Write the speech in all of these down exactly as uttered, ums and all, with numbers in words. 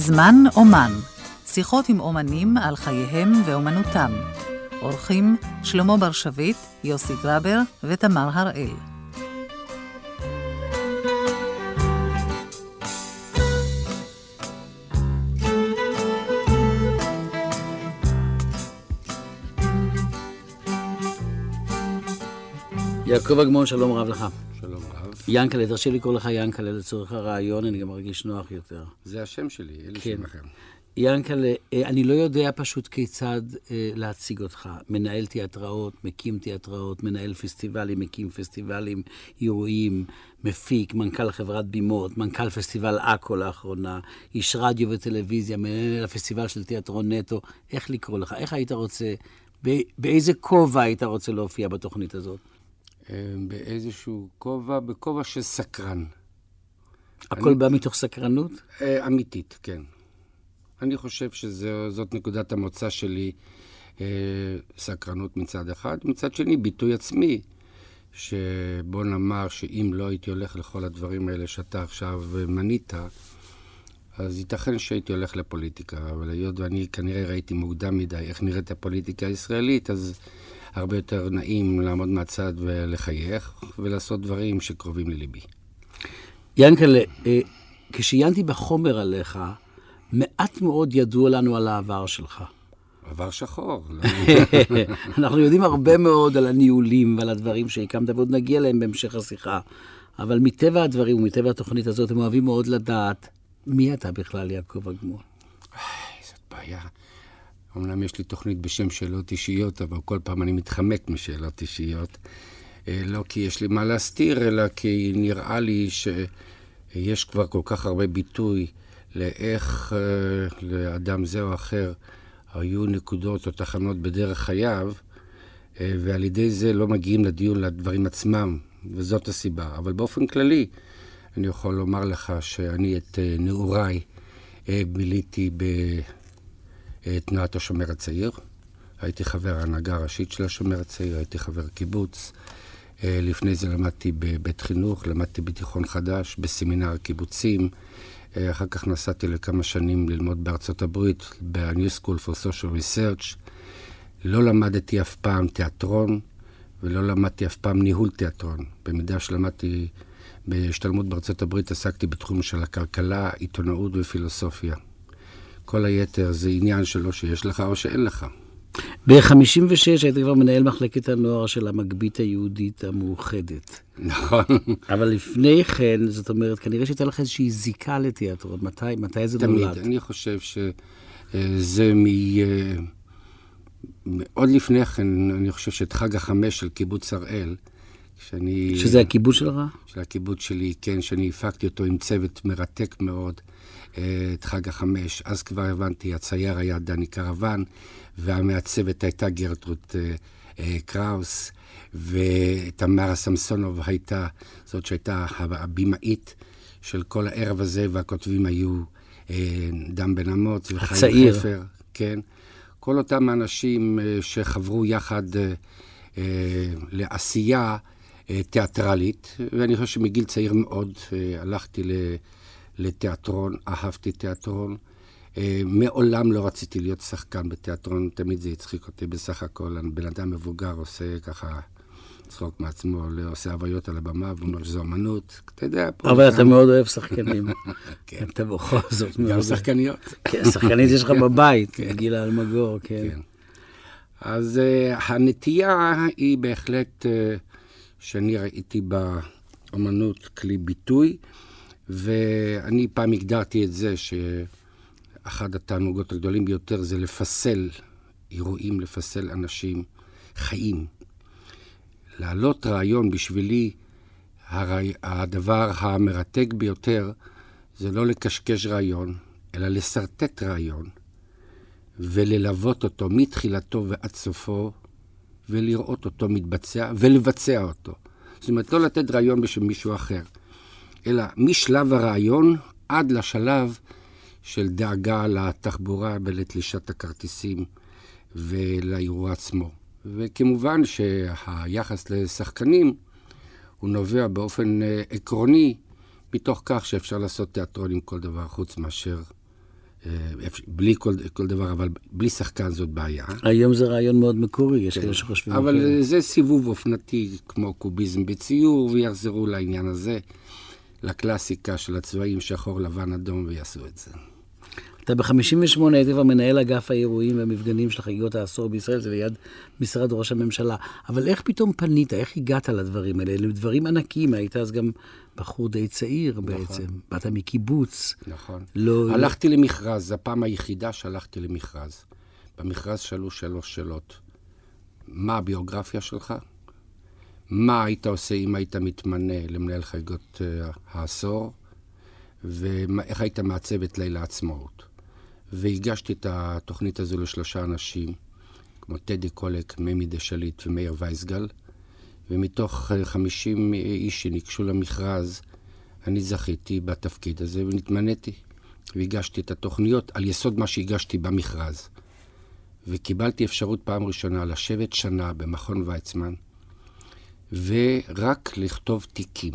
זמן אומן, שיחות עם אומנים על חייהם ואומנותם. אורחים שלמה בר שביט, יוסי גרבר ותמר הראל. יעקב אגמון, שלום רב לך. שלום רב. ינקלה, תרשה לי לקרוא לך ינקלה לצורך הרעיון, אני גם מרגיש נוח יותר. זה השם שלי, אלי כן. שם אחר. ינקלה, אני לא יודע פשוט כיצד אה, להציג אותך. מנהל תיאטראות, מקים תיאטראות, מנהל פסטיבלים, מקים פסטיבלים, אירועים, מפיק, מנכ"ל חברת בימות, מנכ"ל פסטיבל אקו לאחרונה, איש רדיו וטלוויזיה, מנהל הפסטיבל של תיאטרון נטו. איך לקרוא לך? איך היית רוצה, באיזה כובע היית רוצה להופיע בתוכנית הזאת? באיזשהו כובע, בכובע של סקרן. הכל אני... בא מתוך סקרנות? אה, אמיתית, כן. אני חושב שזאת נקודת המוצא שלי, אה, סקרנות מצד אחד. מצד שני, ביטוי עצמי, שבוא נאמר שאם לא הייתי הולך לכל הדברים האלה שאתה עכשיו מנית, אז ייתכן שהייתי הולך לפוליטיקה. אבל היות ואני כנראה ראיתי מוקדם מדי איך נראית הפוליטיקה הישראלית, אז הרבה יותר נעים לעמוד מהצד ולחייך ולעשות דברים שקרובים לליבי. ינקלה, כשעיינתי בחומר עליך, מעט מאוד ידוע לנו על העבר שלך. עבר שחור. אנחנו יודעים הרבה מאוד על הניהולים ועל הדברים שהקמת, ועוד נגיע להם בהמשך השיחה. אבל מטבע הדברים ומטבע התוכנית הזאת, הם אוהבים מאוד לדעת מי אתה בכלל, יעקב אגמון. זאת בעיה. אמנם יש לי תוכנית בשם שאלות אישיות, אבל כל פעם אני מתחמק משאלות אישיות. לא כי יש לי מה להסתיר, אלא כי נראה לי שיש כבר כל כך הרבה ביטוי לאיך לאדם זה או אחר היו נקודות או תחנות בדרך חייו, ועל ידי זה לא מגיעים לדיון לדברים עצמם, וזאת הסיבה. אבל באופן כללי, אני יכול לומר לך שאני את נעוריי ביליתי ב... תנועת השומר הצעיר. הייתי חבר ההנהגה הראשית של השומר הצעיר, הייתי חבר קיבוץ. לפני זה למדתי בבית חינוך, למדתי בתיכון חדש, בסמינר קיבוצים. אחר כך נסעתי לכמה שנים ללמוד בארצות הברית, ב-New School for Social Research. לא למדתי אף פעם תיאטרון, ולא למדתי אף פעם ניהול תיאטרון. במידה שלמדתי בהשתלמות בארצות הברית, עסקתי בתחום של הכלכלה, עיתונאות ופילוסופיה. כל היתר זה עניין שלו שיש לך או שאין לך. ב-חמישים ושש היית כבר מנהל מחלקת הנוער של המגבית היהודית המאוחדת. נכון. אבל לפני כן, זאת אומרת, כנראה שהייתה לך איזושהי זיקה לתיאטרון. מתי, מתי זה תמיד. נולד? אני חושב שזה מ... עוד לפני כן, אני חושב שאת חג החמש של קיבוץ הראל, שאני... שזה הקיבוץ שלך? של הקיבוץ שלי, כן, שאני הפקתי אותו עם צוות מרתק מאוד, את חג החמש. אז כבר הבנתי, הצייר היה דני קרוון, והמעצבת הייתה גרטרוט קראוס, ותמרה סמסונוב הייתה, זאת שהייתה הבימאית של כל הערב הזה, והכותבים היו דם בן אמוץ וחיים חפר. כן. כל אותם האנשים שחברו יחד לעשייה תיאטרלית, ואני חושב שמגיל צעיר מאוד הלכתי לתיאטרון, אהבתי תיאטרון. מעולם לא רציתי להיות שחקן בתיאטרון, תמיד זה הצחיק אותי בסך הכל. בן אדם מבוגר עושה ככה צחוק מעצמו, עושה הוויות על הבמה, ואומר שזו אמנות, אתה יודע. אבל אתה מאוד אוהב שחקנים. כן. אתה בכל זאת מאוד. גם שחקניות. כן, שחקנית יש לך בבית, גילה אלמגור, כן. אז הנטייה היא בהחלט שאני ראיתי באמנות כלי ביטוי, ואני פעם הגדרתי את זה שאחד התענוגות הגדולים ביותר זה לפסל אירועים, לפסל אנשים חיים. להעלות רעיון בשבילי, הדבר המרתק ביותר זה לא לקשקש רעיון, אלא לסרטט רעיון, וללוות אותו מתחילתו ועד סופו, ולראות אותו מתבצע, ולבצע אותו. זאת אומרת, לא לתת רעיון בשביל מישהו אחר, אלא משלב הרעיון עד לשלב של דאגה לתחבורה ולתלישת הכרטיסים ולאירוע עצמו. וכמובן שהיחס לשחקנים הוא נובע באופן עקרוני מתוך כך שאפשר לעשות תיאטרון עם כל דבר חוץ מאשר בלי כל, כל דבר, אבל בלי שחקן זאת בעיה. היום זה רעיון מאוד מקורי, יש כאלה שחושבים. אבל זה סיבוב אופנתי, כמו קוביזם בציור, ויחזרו לעניין הזה, לקלאסיקה של הצבעים, שחור, לבן, אדום, ויעשו את זה. אתה ב-חמישים ושמונה היית מנהל אגף האירועים והמפגנים של חגיגות העשור בישראל, זה ליד משרד ראש הממשלה. אבל איך פתאום פנית, איך הגעת לדברים האלה? אלה דברים ענקיים, היית אז גם בחור די צעיר בעצם. נכון. באת מקיבוץ. נכון. לא, הלכתי לא... למכרז, זו הפעם היחידה שהלכתי למכרז. במכרז שאלו שלוש שאלות. מה הביוגרפיה שלך? מה היית עושה אם היית מתמנה למנהל חגיגות uh, העשור? ואיך היית מעצב את ליל העצמאות? והגשתי את התוכנית הזו לשלושה אנשים, כמו טדי קולק, ממי דשליט ומאיר וייסגל, ומתוך חמישים איש שניגשו למכרז, אני זכיתי בתפקיד הזה ונתמניתי, והגשתי את התוכניות על יסוד מה שהגשתי במכרז. וקיבלתי אפשרות פעם ראשונה לשבת שנה במכון ויצמן, ורק לכתוב תיקים.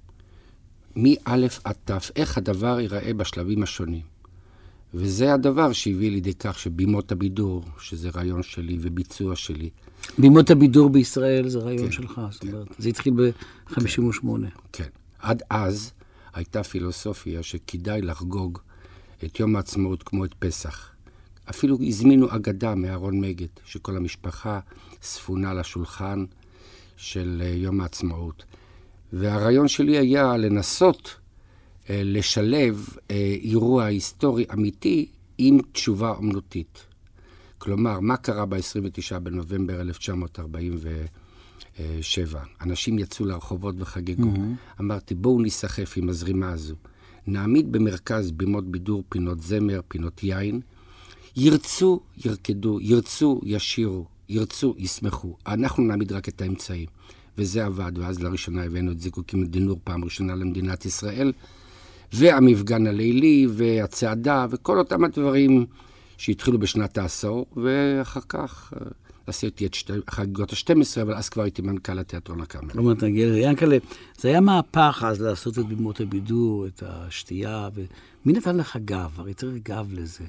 מא' עד ת', איך הדבר ייראה בשלבים השונים. וזה הדבר שהביא לידי כך שבימות הבידור, שזה רעיון שלי וביצוע שלי. בימות הבידור בישראל זה רעיון כן, שלך, זאת כן. אומרת, זה התחיל ב-חמישים ושמונה. כן. עד אז הייתה פילוסופיה שכדאי לחגוג את יום העצמאות כמו את פסח. אפילו הזמינו אגדה מארון מגד, שכל המשפחה ספונה לשולחן של יום העצמאות. והרעיון שלי היה לנסות אה, לשלב אה, אירוע היסטורי אמיתי עם תשובה אומנותית. כלומר, מה קרה ב-עשרים ותשעה בנובמבר אלף תשע מאות ארבעים ושבע? אנשים יצאו לרחובות וחגגו. Mm-hmm. אמרתי, בואו נסחף עם הזרימה הזו. נעמיד במרכז בימות בידור, פינות זמר, פינות יין. ירצו, ירקדו, ירצו, ישירו, ירצו, ישמחו. אנחנו נעמיד רק את האמצעים. וזה עבד, ואז לראשונה הבאנו את זיקוקים דינור פעם ראשונה למדינת ישראל, והמפגן הלילי, והצעדה, וכל אותם הדברים שהתחילו בשנת העשור, ואחר כך עשיתי את שתי, חגיגות ה-שתים עשרה, אבל אז כבר הייתי מנכ"ל התיאטרון הקאמרי. כלומר, תגיע, ינקלה, זה היה מהפך אז לעשות את בימות הבידור, את השתייה, ומי נתן לך גב? הרי צריך גב לזה.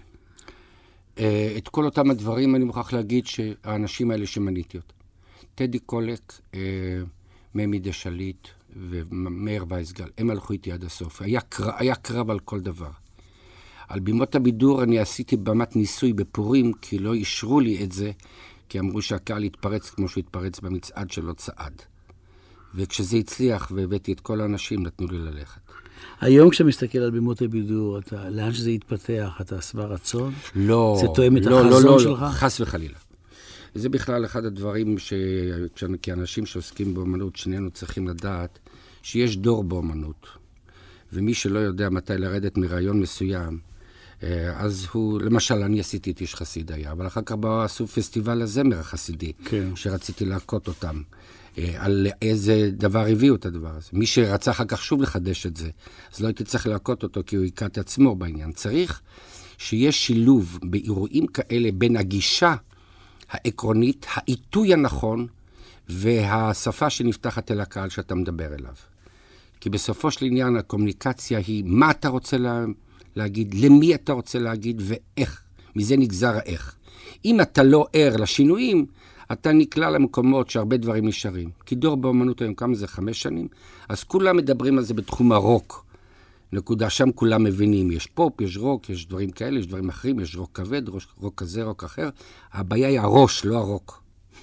את כל אותם הדברים אני מוכרח להגיד שהאנשים האלה שמניתי אותם. טדי קולק, אה, ממי דשליט ומאיר וייסגל, הם הלכו איתי עד הסוף. היה, קר, היה קרב על כל דבר. על בימות הבידור אני עשיתי במת ניסוי בפורים, כי לא אישרו לי את זה, כי אמרו שהקהל התפרץ כמו שהוא התפרץ במצעד שלו צעד. וכשזה הצליח והבאתי את כל האנשים, נתנו לי ללכת. היום כשמסתכל על בימות הבידור, אתה, לאן שזה יתפתח, אתה שבע רצון? לא. זה תואם את לא, החזון לא, לא, שלך? לא, חס וחלילה. זה בכלל אחד הדברים שכאנשים שעוסקים באמנות, שנינו צריכים לדעת שיש דור באמנות, ומי שלא יודע מתי לרדת מרעיון מסוים, אז הוא, למשל, אני עשיתי את איש חסיד היה, אבל אחר כך באו עשו פסטיבל הזמר החסידי, כן. שרציתי להכות אותם, על איזה דבר הביאו את הדבר הזה. מי שרצה אחר כך שוב לחדש את זה, אז לא הייתי צריך להכות אותו, כי הוא היקע את עצמו בעניין. צריך שיש שילוב באירועים כאלה בין הגישה העקרונית, העיתוי הנכון, והשפה שנפתחת אל הקהל שאתה מדבר אליו. כי בסופו של עניין הקומוניקציה היא מה אתה רוצה לה, להגיד, למי אתה רוצה להגיד ואיך. מזה נגזר האיך. אם אתה לא ער לשינויים, אתה נקלע למקומות שהרבה דברים נשארים. כי דור באמנות היום כמה זה חמש שנים, אז כולם מדברים על זה בתחום הרוק. נקודה, שם כולם מבינים, יש פופ, יש רוק, יש דברים כאלה, יש דברים אחרים, יש רוק כבד, רוק כזה, רוק אחר. הבעיה היא הראש, לא הרוק.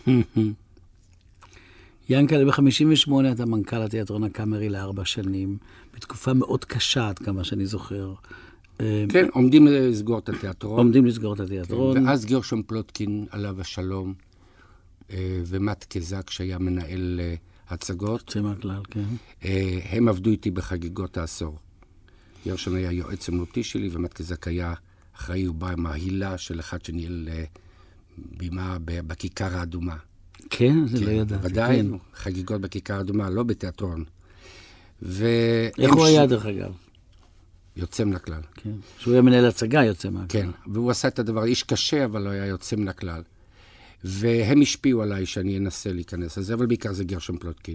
ינקלה, ב-חמישים ושמונה אתה מנכ"ל התיאטרון הקאמרי לארבע שנים, בתקופה מאוד קשה, עד כמה שאני זוכר. כן, עומדים לסגור את התיאטרון. עומדים לסגור את התיאטרון. ואז גרשום פלוטקין, עליו השלום, ומת קזק, שהיה מנהל הצגות. זה מהכלל, כן. הם עבדו איתי בחגיגות העשור. גרשון היה יועץ אמנותי שלי, ומת קזק היה אחראי ובא מההילה של אחד שניהל בימה בכיכר האדומה. כן, זה לא ידעתי. ודאי, חגיגות בכיכר האדומה, לא בתיאטרון. איך הוא היה דרך אגב? יוצא מן הכלל. כן, שהוא היה מנהל הצגה יוצא מן הכלל. כן, והוא עשה את הדבר, איש קשה, אבל לא היה יוצא מן הכלל. והם השפיעו עליי שאני אנסה להיכנס לזה, אבל בעיקר זה גרשום פלוטקין.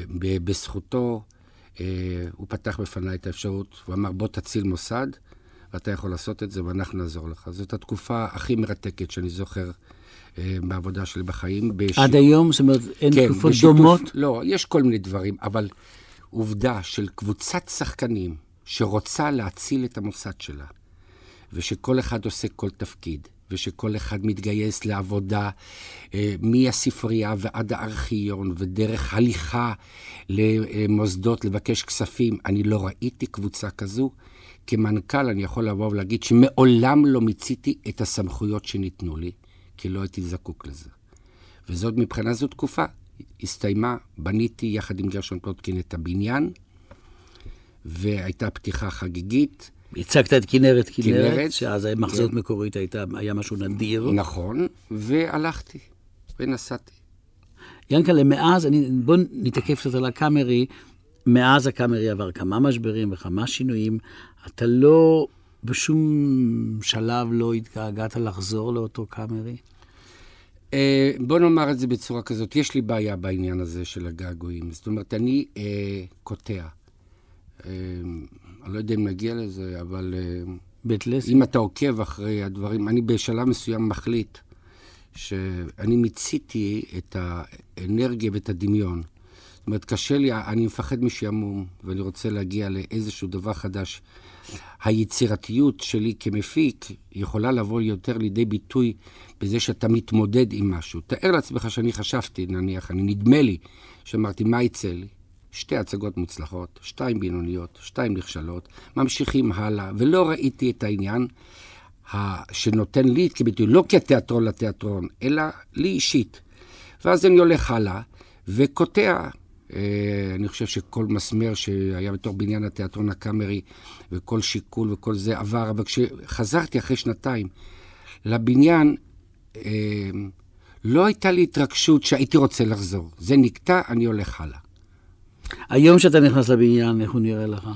בזכותו, הוא פתח בפניי את האפשרות, הוא אמר, בוא תציל מוסד, ואתה יכול לעשות את זה, ואנחנו נעזור לך. זאת התקופה הכי מרתקת שאני זוכר אה, בעבודה שלי בחיים. בש... עד היום? זאת אומרת, אין כן, תקופות בשיתוף... דומות? לא, יש כל מיני דברים, אבל עובדה של קבוצת שחקנים שרוצה להציל את המוסד שלה, ושכל אחד עושה כל תפקיד, ושכל אחד מתגייס לעבודה אה, מהספרייה ועד הארכיון, ודרך הליכה למוסדות לבקש כספים. אני לא ראיתי קבוצה כזו. כמנכ"ל אני יכול לבוא ולהגיד שמעולם לא מיציתי את הסמכויות שניתנו לי, כי לא הייתי זקוק לזה. וזאת מבחינה זו תקופה. הסתיימה, בניתי יחד עם גרשון פלוטקין את הבניין, והייתה פתיחה חגיגית. הצגת את כנרת, כנרת, כנרת שאז המחזות כן. מקורית הייתה, היה משהו נדיר. נכון, והלכתי, ונסעתי. ינקלה, מאז, אני, בוא נתעכב קצת על הקאמרי, מאז הקאמרי עבר כמה משברים וכמה שינויים, אתה לא, בשום שלב לא התגעגעת לחזור לאותו קאמרי? אה, בוא נאמר את זה בצורה כזאת, יש לי בעיה בעניין הזה של הגעגועים. זאת אומרת, אני אה, קוטע. אה, אני לא יודע אם נגיע לזה, אבל בית-לסין. אם אתה עוקב אחרי הדברים, אני בשלב מסוים מחליט שאני מיציתי את האנרגיה ואת הדמיון. זאת אומרת, קשה לי, אני מפחד משעמום, ואני רוצה להגיע לאיזשהו דבר חדש. היצירתיות שלי כמפיק יכולה לבוא יותר לידי ביטוי בזה שאתה מתמודד עם משהו. תאר לעצמך שאני חשבתי, נניח, אני נדמה לי, שאמרתי, מה יצא לי? שתי הצגות מוצלחות, שתיים בינוניות, שתיים נכשלות, ממשיכים הלאה, ולא ראיתי את העניין שנותן לי כביטוי, לא כתיאטרון לתיאטרון, אלא לי אישית. ואז אני הולך הלאה, וקוטע. אני חושב שכל מסמר שהיה בתור בניין התיאטרון הקאמרי, וכל שיקול וכל זה עבר, אבל כשחזרתי אחרי שנתיים לבניין, לא הייתה לי התרגשות שהייתי רוצה לחזור. זה נקטע, אני הולך הלאה. היום שאתה נכנס לבניין, איך הוא נראה לך?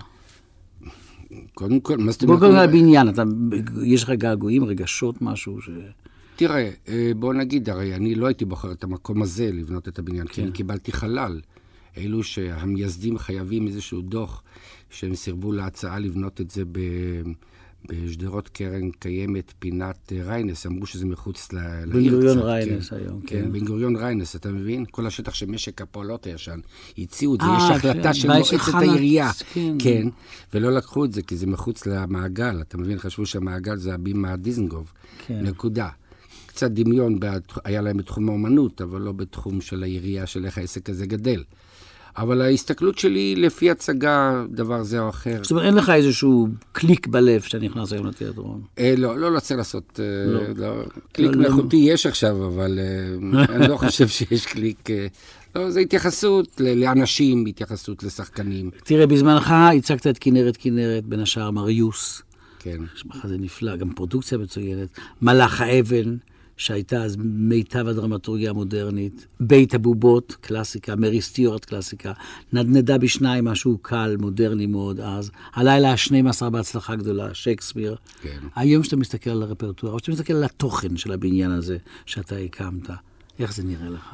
קודם כל, מה זאת אומרת? בוא קודם לבניין, אתה, יש לך געגועים, רגשות, משהו ש... תראה, בוא נגיד, הרי אני לא הייתי בוחר את המקום הזה לבנות את הבניין, כן. כי אני קיבלתי חלל. אלו שהמייסדים חייבים איזשהו דוח, שהם סירבו להצעה לבנות את זה ב... בשדרות קרן קיימת פינת ריינס, אמרו שזה מחוץ לעיר קצת. בן גוריון ריינס היום, כן. בן גוריון ריינס, אתה מבין? כל השטח של משק הפועלות הישן, הציעו את זה, יש החלטה של מועצת העירייה. כן, ולא לקחו את זה, כי זה מחוץ למעגל, אתה מבין? חשבו שהמעגל זה הבימה דיזנגוף, נקודה. קצת דמיון, היה להם בתחום האומנות, אבל לא בתחום של העירייה, של איך העסק הזה גדל. אבל ההסתכלות שלי לפי הצגה, דבר זה או אחר. זאת אומרת, אין לך איזשהו קליק בלב שאתה נכנס היום לתיאטרון? אה, לא, לא רוצה לעשות... לא. לא, קליק לא, מלאכותי לא. יש עכשיו, אבל אה, אני לא חושב שיש קליק... אה, לא, זה התייחסות לאנשים, התייחסות לשחקנים. תראה, בזמנך הצגת את כנרת כנרת, בין השאר מריוס. כן. שמחה זה נפלא, גם פרודוקציה מצוינת. מלאך האבן, שהייתה אז מיטב הדרמטורגיה המודרנית, בית הבובות, קלאסיקה, מרי סטיוארט, קלאסיקה, נדנדה בשניים, משהו קל, מודרני מאוד אז, הלילה ה-שנים עשר בהצלחה גדולה, שייקספיר. כן. היום שאתה מסתכל על הרפרטואר, או שאתה מסתכל על התוכן של הבניין הזה שאתה הקמת, איך זה נראה לך?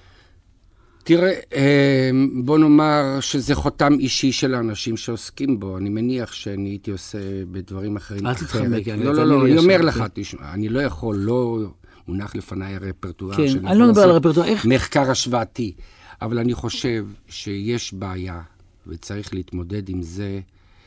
תראה, בוא נאמר שזה חותם אישי של האנשים שעוסקים בו. אני מניח שאני הייתי עושה בדברים אחרים. אל תתחמק. לא, לא, לא, אני אומר לך, אני לא יכול, לא מונח לפניי הרפרטואר. כן, אני לא מדבר על הרפרטואר. מחקר השוואתי. אבל אני חושב שיש בעיה, וצריך להתמודד עם זה,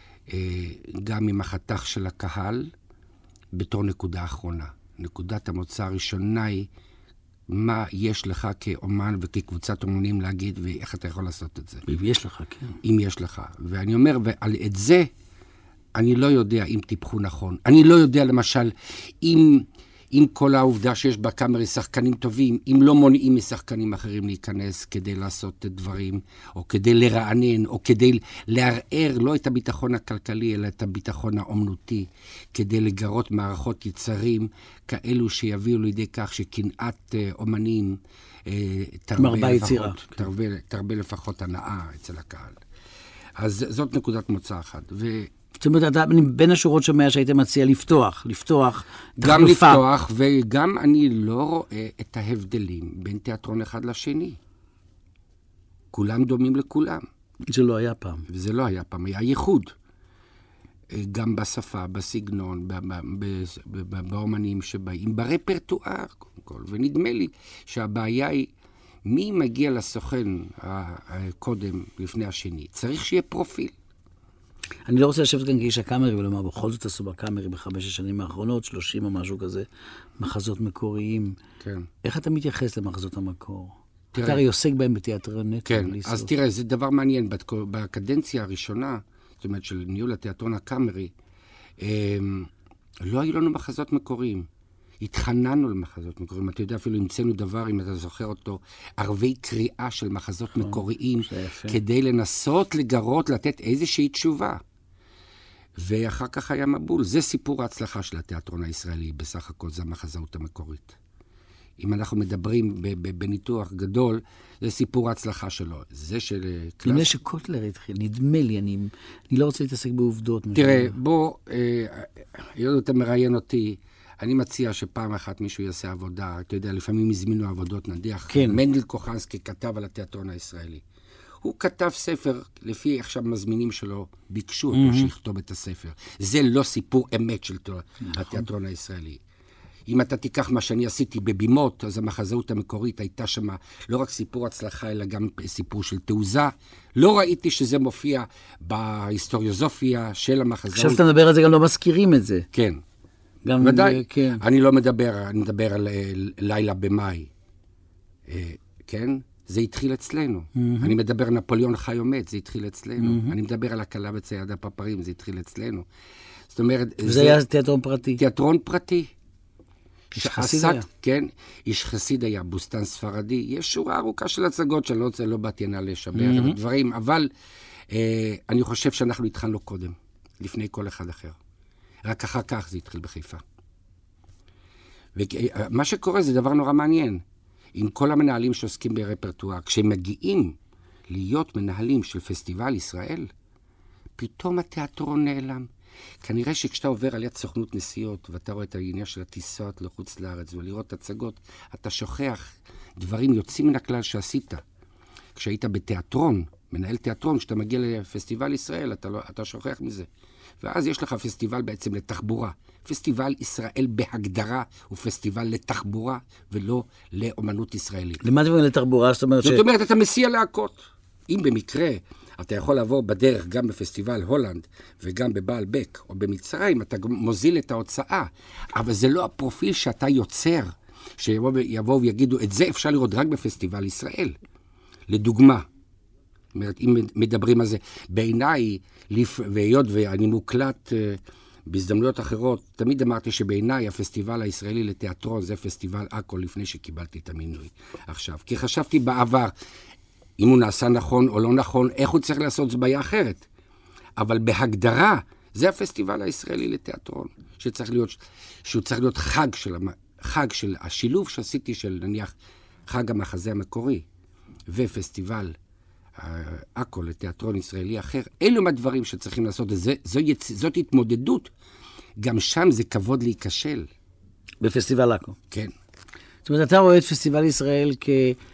גם עם החתך של הקהל, בתור נקודה אחרונה. נקודת המוצא הראשונה היא, מה יש לך כאומן וכקבוצת אומנים להגיד, ואיך אתה יכול לעשות את זה. אם יש לך, כן. אם יש לך. ואני אומר, ועל את זה, אני לא יודע אם טיפחו נכון. אני לא יודע, למשל, אם, אם כל העובדה שיש בקאמרי שחקנים טובים, אם לא מונעים משחקנים אחרים להיכנס כדי לעשות דברים, או כדי לרענן, או כדי לערער לא את הביטחון הכלכלי, אלא את הביטחון האומנותי, כדי לגרות מערכות יצרים כאלו שיביאו לידי כך שקנאת אומנים תרבה לפחות, תרבה, תרבה לפחות הנאה אצל הקהל. אז זאת נקודת מוצא אחת. ו... זאת אומרת, אתה בין השורות שומע שהיית מציע לפתוח, לפתוח תחלופה. גם לפתוח, וגם אני לא רואה את ההבדלים בין תיאטרון אחד לשני. כולם דומים לכולם. זה לא היה פעם. וזה לא היה פעם, היה ייחוד. גם בשפה, בסגנון, באומנים שבאים, ברפרטואר, קודם כל. ונדמה לי שהבעיה היא, מי מגיע לסוכן הקודם לפני השני? צריך שיהיה פרופיל. אני לא רוצה לשבת כאן כאיש הקאמרי ולומר, בכל זאת עשו בקאמרי בחמש השנים האחרונות, שלושים או משהו כזה, מחזות מקוריים. כן. איך אתה מתייחס למחזות המקור? תראה, אתה הרי עוסק בהם בתיאטרון נטו. כן, אז תראה, זה דבר מעניין. בקדנציה הראשונה, זאת אומרת, של ניהול התיאטרון הקאמרי, לא היו לנו מחזות מקוריים. התחננו למחזות מקוריים. אתה יודע, אפילו המצאנו דבר, אם אתה זוכר אותו, ערבי קריאה של מחזות מקוריים, כדי לנסות לגרות, לתת איזושהי תשובה. ואחר כך היה מבול. זה סיפור ההצלחה של התיאטרון הישראלי, בסך הכל זה המחזאות המקורית. אם אנחנו מדברים בניתוח גדול, זה סיפור ההצלחה שלו. זה של קלאס... נדמה שקוטלר התחיל, נדמה לי, אני, אני לא רוצה להתעסק בעובדות. תראה, בוא, יוד, אתה מראיין אותי, אני מציע שפעם אחת מישהו יעשה עבודה, אתה יודע, לפעמים הזמינו עבודות, נדיח. כן. מנדל קוחנסקי כתב על התיאטרון הישראלי. הוא כתב ספר, לפי עכשיו מזמינים שלו, ביקשו אותו mm-hmm. שיכתוב את הספר. זה לא סיפור אמת של התיאטרון הישראלי. אם אתה תיקח מה שאני עשיתי בבימות, אז המחזאות המקורית הייתה שמה לא רק סיפור הצלחה, אלא גם סיפור של תעוזה. לא ראיתי שזה מופיע בהיסטוריוזופיה של המחזאות. עכשיו אתה מדבר על זה, גם לא מזכירים את זה. כן. גם ודאי. כן. אני לא מדבר, אני מדבר על לילה במאי. כן? זה התחיל אצלנו. Mm-hmm. אני מדבר על נפוליאון חי ומת, זה התחיל אצלנו. Mm-hmm. אני מדבר על הקלה בצייד הפפרים, זה התחיל אצלנו. זאת אומרת... וזה זה היה תיאטרון פרטי. תיאטרון פרטי. איש חסיד היה. כן, איש חסיד היה, בוסטן ספרדי. יש שורה ארוכה של הצגות שאני לא רוצה, לא באתי הנה לשבר mm-hmm. דברים, אבל אה, אני חושב שאנחנו התחלנו קודם, לפני כל אחד אחר. רק אחר כך זה התחיל בחיפה. ומה שקורה זה דבר נורא מעניין. עם כל המנהלים שעוסקים ברפרטואר, כשהם מגיעים להיות מנהלים של פסטיבל ישראל, פתאום התיאטרון נעלם. כנראה שכשאתה עובר על יד סוכנות נסיעות, ואתה רואה את העניין של הטיסות לחוץ לארץ, ולראות הצגות, אתה שוכח דברים יוצאים מן הכלל שעשית. כשהיית בתיאטרון, מנהל תיאטרון, כשאתה מגיע לפסטיבל ישראל, אתה, לא, אתה שוכח מזה. ואז יש לך פסטיבל בעצם לתחבורה. פסטיבל ישראל בהגדרה הוא פסטיבל לתחבורה, ולא לאומנות ישראלית. למה זה לתחבורה? זאת אומרת, זאת ש... אומרת, אתה מסיע להקות. אם במקרה אתה יכול לעבור בדרך גם בפסטיבל הולנד, וגם בבעל בק, או במצרים, אתה מוזיל את ההוצאה. אבל זה לא הפרופיל שאתה יוצר, שיבואו ויגידו, את זה אפשר לראות רק בפסטיבל ישראל. לדוגמה, זאת אומרת, אם מדברים על זה, בעיניי, והיות ואני מוקלט בהזדמנויות אחרות, תמיד אמרתי שבעיניי הפסטיבל הישראלי לתיאטרון זה פסטיבל עכו לפני שקיבלתי את המינוי עכשיו. כי חשבתי בעבר, אם הוא נעשה נכון או לא נכון, איך הוא צריך לעשות זביה אחרת. אבל בהגדרה, זה הפסטיבל הישראלי לתיאטרון, שצריך להיות, שהוא צריך להיות חג של, חג של השילוב שעשיתי של נניח חג המחזה המקורי, ופסטיבל עכו לתיאטרון ישראלי אחר. אלו מהדברים שצריכים לעשות, זה, זו יצ... זאת התמודדות. גם שם זה כבוד להיכשל. בפסטיבל עכו. כן. זאת אומרת, אתה רואה את פסטיבל ישראל כ...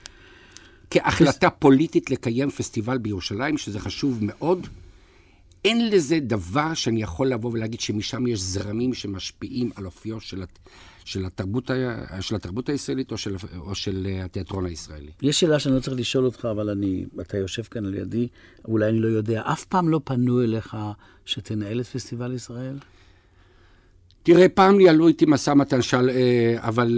כהחלטה פוליטית לקיים פסטיבל בירושלים, שזה חשוב מאוד. אין לזה דבר שאני יכול לבוא ולהגיד שמשם יש זרמים שמשפיעים על אופיו של, הת... של, התרבות, של התרבות הישראלית או של, או של התיאטרון הישראלי. יש שאלה שאני לא צריך לשאול אותך, אבל אני, אתה יושב כאן על ידי, אולי אני לא יודע, אף פעם לא פנו אליך שתנהל את פסטיבל ישראל? תראה, פעם ניהלו איתי משא מתן של, אבל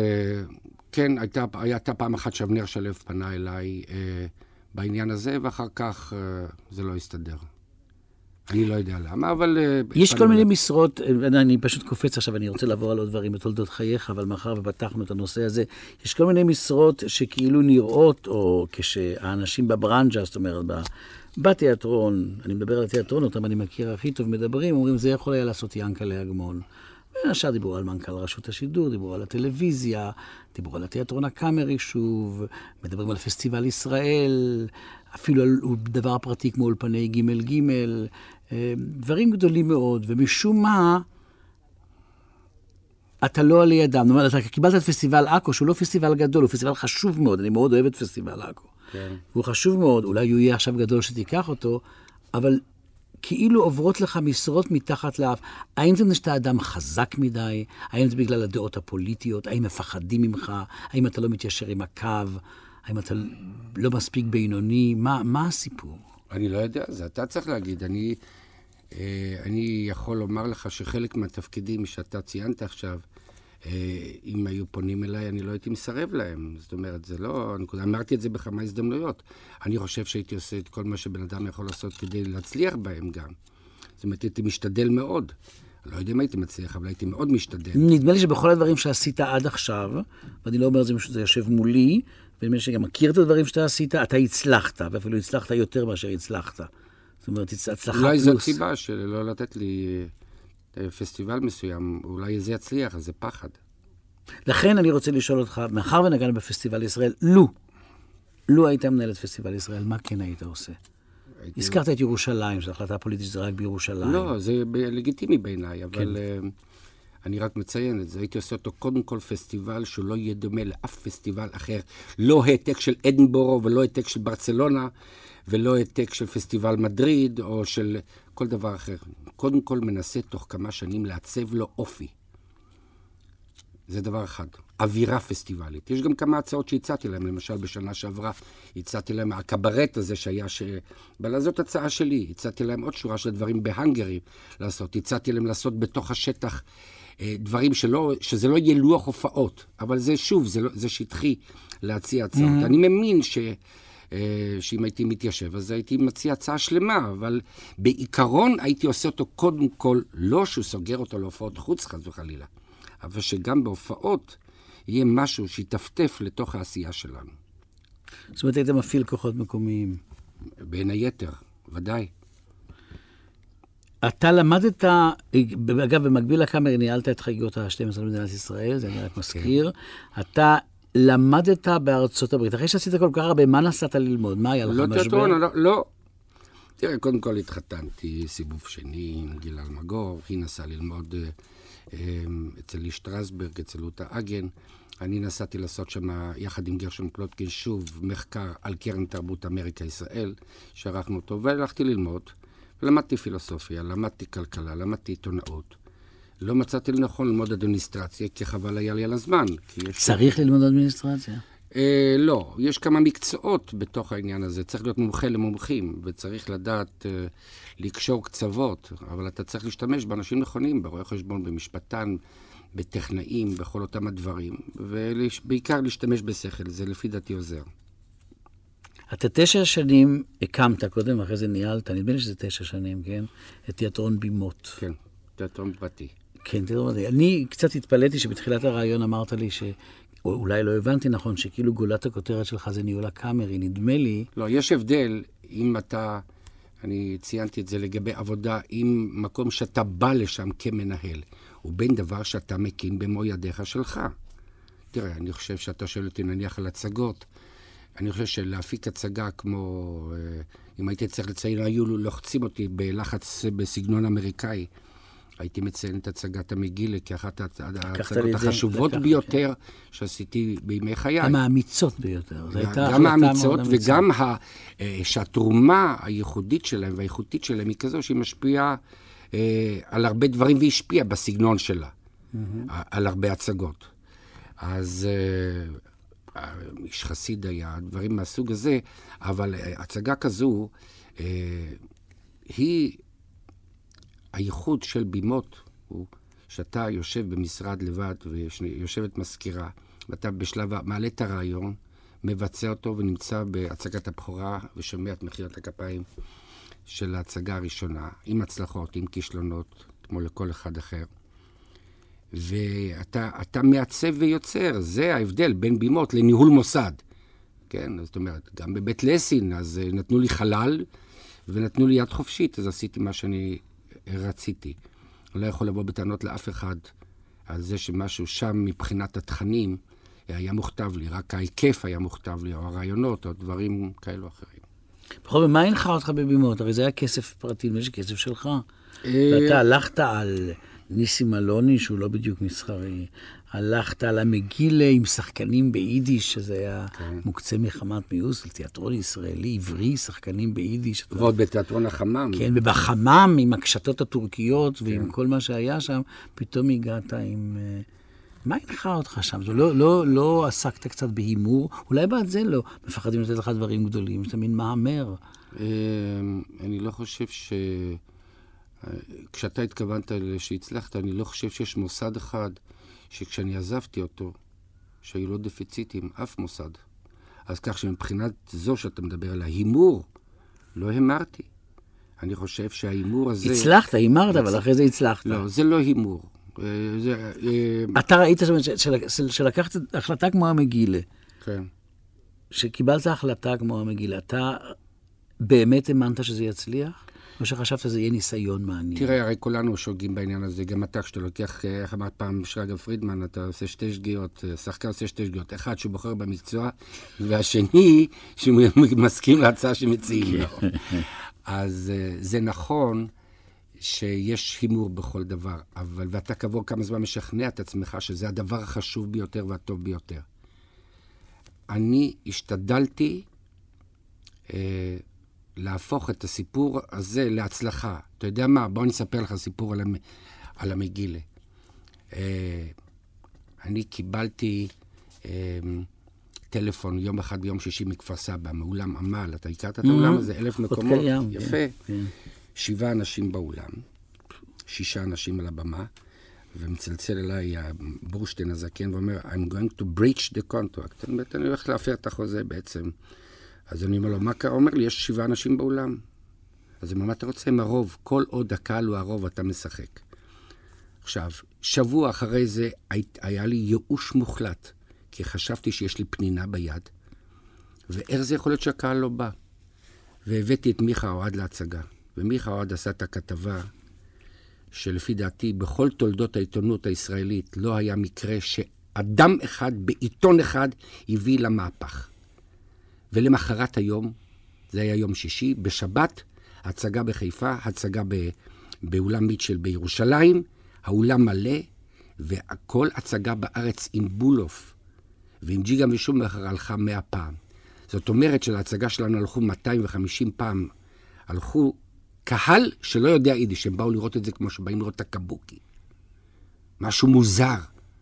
כן, הייתה, הייתה פעם אחת שאבנר שלו פנה אליי בעניין הזה, ואחר כך זה לא הסתדר. אני לא יודע למה, אבל... יש כל מיני משרות, אני פשוט קופץ עכשיו, אני רוצה לעבור על עוד דברים בתולדות חייך, אבל מאחר ופתחנו את הנושא הזה, יש כל מיני משרות שכאילו נראות, או כשהאנשים בברנג'ה, זאת אומרת, בתיאטרון, אני מדבר על התיאטרון, אותם אני מכיר הכי טוב, מדברים, אומרים, זה יכול היה לעשות ינקלה אגמון. והשאר דיברו על מנכ"ל רשות השידור, דיברו על הטלוויזיה, דיברו על התיאטרון הקאמרי שוב, מדברים על פסטיבל ישראל, אפילו על דבר פרטי כמו אולפני ג' ג', דברים גדולים מאוד, ומשום מה, אתה לא על ידם. זאת אומרת, אתה קיבלת את פסטיבל עכו, שהוא לא פסטיבל גדול, הוא פסטיבל חשוב מאוד, אני מאוד אוהב את פסטיבל עכו. כן. הוא חשוב מאוד, אולי הוא יהיה עכשיו גדול שתיקח אותו, אבל כאילו עוברות לך משרות מתחת לאף. האם זה שאתה אדם חזק מדי? האם זה בגלל הדעות הפוליטיות? האם מפחדים ממך? האם אתה לא מתיישר עם הקו? האם אתה לא מספיק בינוני? מה, מה הסיפור? אני לא יודע, זה אתה צריך להגיד. אני, אני יכול לומר לך שחלק מהתפקידים שאתה ציינת עכשיו, אם היו פונים אליי, אני לא הייתי מסרב להם. זאת אומרת, זה לא... אמרתי את זה בכמה הזדמנויות. אני חושב שהייתי עושה את כל מה שבן אדם יכול לעשות כדי להצליח בהם גם. זאת אומרת, הייתי משתדל מאוד. לא יודע אם הייתי מצליח, אבל הייתי מאוד משתדל. נדמה לי שבכל הדברים שעשית עד עכשיו, ואני לא אומר את זה משהו, זה יושב מולי, ונדמה לי שגם מכיר את הדברים שאתה עשית, אתה הצלחת, ואפילו הצלחת יותר מאשר הצלחת. זאת אומרת, הצלחה פלוס. אולי זאת סיבה שלא לתת לי פסטיבל מסוים, אולי זה יצליח, אז זה פחד. לכן אני רוצה לשאול אותך, מאחר ונגענו בפסטיבל ישראל, לו, לו היית מנהל את פסטיבל ישראל, מה כן היית עושה? הייתי... הזכרת את ירושלים, שזו החלטה פוליטית שזה רק בירושלים. לא, זה לגיטימי בעיניי, אבל כן. אני רק מציין את זה. הייתי עושה אותו קודם כל פסטיבל שהוא לא יהיה דומה לאף פסטיבל אחר. לא העתק של אדינבורו ולא העתק של ברצלונה, ולא העתק של פסטיבל מדריד או של כל דבר אחר. קודם כל מנסה תוך כמה שנים לעצב לו אופי. זה דבר אחד. אווירה פסטיבלית. יש גם כמה הצעות שהצעתי להם, למשל בשנה שעברה, הצעתי להם הקברט הזה שהיה ש... אבל זאת הצעה שלי. הצעתי להם עוד שורה של דברים בהנגרי לעשות. הצעתי להם לעשות בתוך השטח דברים שלא, שזה לא יהיה לוח הופעות. אבל זה שוב, זה, לא, זה שטחי להציע הצעות. Mm-hmm. אני מאמין ש... שאם הייתי מתיישב, אז הייתי מציע הצעה שלמה, אבל בעיקרון הייתי עושה אותו קודם כל, לא שהוא סוגר אותו להופעות חוץ חס וחלילה, אבל שגם בהופעות יהיה משהו שיטפטף לתוך העשייה שלנו. זאת אומרת, היית מפעיל כוחות מקומיים. בין היתר, ודאי. אתה למדת, אגב, במקביל לקאמרי, ניהלת את חגיגות ה-שתים עשרה למדינת ישראל, זה אני רק מזכיר. אתה למדת בארצות הברית. אחרי שעשית כל כך הרבה, מה נסעת ללמוד? מה היה לך לא משבר? תיאטרון, לא, לא. תראה, קודם כל התחתנתי, סיבוב שני עם גיל אלמגור, היא נסעה ללמוד אה, אצל לי שטרסברג, אצל לוטה אגן. אני נסעתי לעשות שם, יחד עם גרשון פלוטקין, שוב, מחקר על קרן תרבות אמריקה-ישראל, שערכנו אותו, והלכתי ללמוד. למדתי פילוסופיה, למדתי כלכלה, למדתי עיתונאות. לא מצאתי לנכון ללמוד אדמיניסטרציה, כי חבל היה לי על הזמן. צריך ללמוד אדמיניסטרציה? אה, לא, יש כמה מקצועות בתוך העניין הזה. צריך להיות מומחה למומחים, וצריך לדעת אה, לקשור קצוות, אבל אתה צריך להשתמש באנשים נכונים, ברואי חשבון, במשפטן, בטכנאים, בכל אותם הדברים, ובעיקר להשתמש בשכל, זה לפי דעתי עוזר. אתה תשע שנים הקמת קודם, אחרי זה ניהלת, נדמה לי שזה תשע שנים, כן? את תיאטרון בימות. כן, תיאטרון פרטי. כן, תיאטרון פרטי. אני קצת התפלאתי שבתחילת הרעיון אמרת לי ש... או אולי לא הבנתי נכון, שכאילו גולת הכותרת שלך זה ניהול הקאמרי, נדמה לי... לא, יש הבדל אם אתה, אני ציינתי את זה לגבי עבודה, עם מקום שאתה בא לשם כמנהל, ובין דבר שאתה מקים במו ידיך שלך. תראה, אני חושב שאתה שואל אותי נניח על הצגות, אני חושב שלהפיק הצגה כמו, אם הייתי צריך לציין, היו לוחצים אותי בלחץ בסגנון אמריקאי, הייתי מציין את הצגת המגילה כאחת ההצגות החשובות ביותר שעשיתי בימי חיי. גם האמיצות ביותר. גם האמיצות וגם שהתרומה הייחודית שלהם והאיכותית שלהם היא כזו שהיא משפיעה על הרבה דברים והשפיעה בסגנון שלה, על הרבה הצגות. אז איש חסיד היה, דברים מהסוג הזה, אבל הצגה כזו היא... הייחוד של בימות הוא שאתה יושב במשרד לבד ויושבת מזכירה, ואתה בשלב מעלה את הרעיון, מבצע אותו ונמצא בהצגת הבכורה ושומע את מחיאות הכפיים של ההצגה הראשונה, עם הצלחות, עם כישלונות, כמו לכל אחד אחר. ואתה אתה מעצב ויוצר, זה ההבדל בין בימות לניהול מוסד. כן, זאת אומרת, גם בבית לסין, אז נתנו לי חלל ונתנו לי יד חופשית, אז עשיתי מה שאני... רציתי. אני לא יכול לבוא בטענות לאף אחד על זה שמשהו שם מבחינת התכנים היה מוכתב לי, רק ההיקף היה מוכתב לי, או הרעיונות, או דברים כאלו אחרים. בכל זאת, מה הנחה אותך בבימות? הרי זה היה כסף פרטי, זה כסף שלך. ואתה הלכת על ניסים אלוני, שהוא לא בדיוק מסחרי, הלכת על המגילה עם שחקנים ביידיש, שזה היה כן. מוקצה מחמת מיאוס, לתיאטרון ישראלי, עברי, שחקנים ביידיש. ועוד בתיאטרון החמם. כן, ובחמם, עם הקשתות הטורקיות, כן. ועם כל מה שהיה שם, פתאום הגעת עם... מה הנחה אותך שם? זה לא, לא, לא עסקת קצת בהימור? אולי בעד זה לא. מפחדים לתת לך דברים גדולים, שאתה מין מהמר. אני לא חושב ש... כשאתה התכוונת שהצלחת, אני לא חושב שיש מוסד אחד שכשאני עזבתי אותו, שהיו לו דפיציטים, אף מוסד. אז כך שמבחינת זו שאתה מדבר על ההימור, לא המרתי. אני חושב שההימור הזה... הצלחת, הימרת, אבל אחרי זה הצלחת. לא, זה לא הימור. אתה ראית שלקחת החלטה כמו המגילה. כן. שקיבלת החלטה כמו המגילה, אתה באמת האמנת שזה יצליח? או שחשבת שזה יהיה ניסיון מעניין? תראה, הרי כולנו שוגים בעניין הזה, גם אתה כשאתה לוקח, איך אמרת פעם שרגא פרידמן, אתה עושה שתי שגיאות, שחקן עושה שתי שגיאות, אחד שהוא בוחר במקצוע, והשני שהוא מסכים להצעה שמציעים לו. אז זה נכון שיש הימור בכל דבר, אבל ואתה כעבור כמה זמן משכנע את עצמך שזה הדבר החשוב ביותר והטוב ביותר. אני השתדלתי אה, להפוך את הסיפור הזה להצלחה. אתה יודע מה? בוא נספר לך סיפור על, המ... על המגילה. אה, אני קיבלתי אה, טלפון יום אחד ביום שישי מכפר סבא, מאולם עמל. אתה הכרת את האולם הזה? אלף מקומות. יפה. שבעה אנשים באולם, שישה אנשים על הבמה, ומצלצל אליי הבורשטיין הזקן ואומר, I'm going to breach the contract. אני הולך להפר את החוזה בעצם. אז אני אומר לו, מה קרה? הוא אומר לי, יש שבעה אנשים באולם. אז הוא אומר, מה אתה רוצה עם הרוב? כל עוד הקהל הוא הרוב, אתה משחק. עכשיו, שבוע אחרי זה היה לי ייאוש מוחלט, כי חשבתי שיש לי פנינה ביד, ואיך זה יכול להיות שהקהל לא בא? והבאתי את מיכה אוהד להצגה. ומיכה אוהד עשה את הכתבה שלפי דעתי בכל תולדות העיתונות הישראלית לא היה מקרה שאדם אחד בעיתון אחד הביא למהפך. ולמחרת היום, זה היה יום שישי, בשבת, הצגה בחיפה, הצגה באולם מיטשל בירושלים, האולם מלא, וכל הצגה בארץ עם בולוף, ועם ג'יגה ושומר הלכה מאה פעם. זאת אומרת שלהצגה שלנו הלכו מאתיים וחמישים פעם, הלכו קהל שלא יודע יידיש, הם באו לראות את זה כמו שבאים לראות את הקבוקי. משהו מוזר.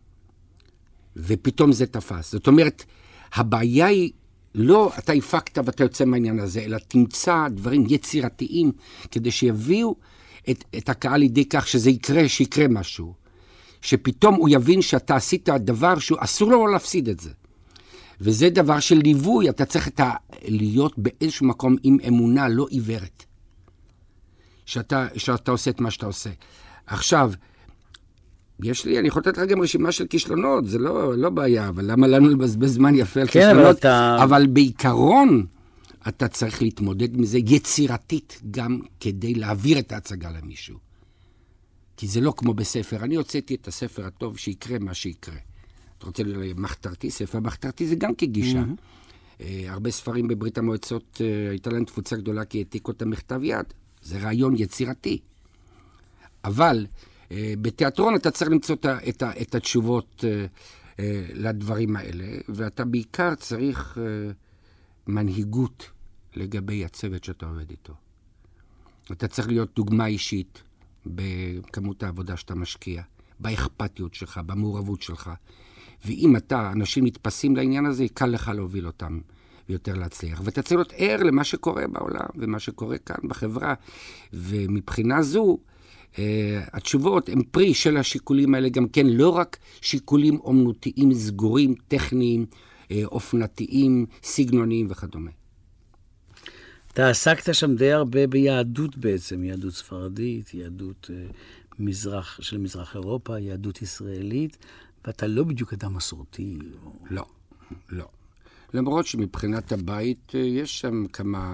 ופתאום זה תפס. זאת אומרת, הבעיה היא לא אתה הפקת ואתה יוצא מהעניין הזה, אלא תמצא דברים יצירתיים כדי שיביאו את, את הקהל לידי כך שזה יקרה, שיקרה משהו. שפתאום הוא יבין שאתה עשית דבר שהוא אסור לו להפסיד את זה. וזה דבר של ליווי, אתה צריך את ה... להיות באיזשהו מקום עם אמונה לא עיוורת. שאתה, שאתה עושה את מה שאתה עושה. עכשיו, יש לי, אני יכול לתת לך גם רשימה של כישלונות, זה לא, לא בעיה, אבל למה לנו לבזבז זמן יפה על כן, כישלונות? אבל, אתה... אבל בעיקרון, אתה צריך להתמודד מזה יצירתית, גם כדי להעביר את ההצגה למישהו. כי זה לא כמו בספר. אני הוצאתי את הספר הטוב שיקרה מה שיקרה. אתה רוצה לראות מחתרתי, ספר מחתרתי זה גם כגישה. Mm-hmm. הרבה ספרים בברית המועצות, הייתה להם תפוצה גדולה כי העתיקו את המכתב יד. זה רעיון יצירתי. אבל בתיאטרון אתה צריך למצוא את, את, את התשובות לדברים האלה, ואתה בעיקר צריך מנהיגות לגבי הצוות שאתה עובד איתו. אתה צריך להיות דוגמה אישית בכמות העבודה שאתה משקיע, באכפתיות שלך, במעורבות שלך. ואם אתה, אנשים מתפסים לעניין הזה, קל לך להוביל אותם ויותר להצליח. ואתה צריך להיות ער למה שקורה בעולם ומה שקורה כאן בחברה. ומבחינה זו, התשובות הן פרי של השיקולים האלה, גם כן לא רק שיקולים אומנותיים סגורים, טכניים, אופנתיים, סגנוניים וכדומה. אתה עסקת שם די הרבה ביהדות בעצם, יהדות ספרדית, יהדות מזרח, של מזרח אירופה, יהדות ישראלית, ואתה לא בדיוק אדם מסורתי. או... לא, לא. למרות שמבחינת הבית יש שם כמה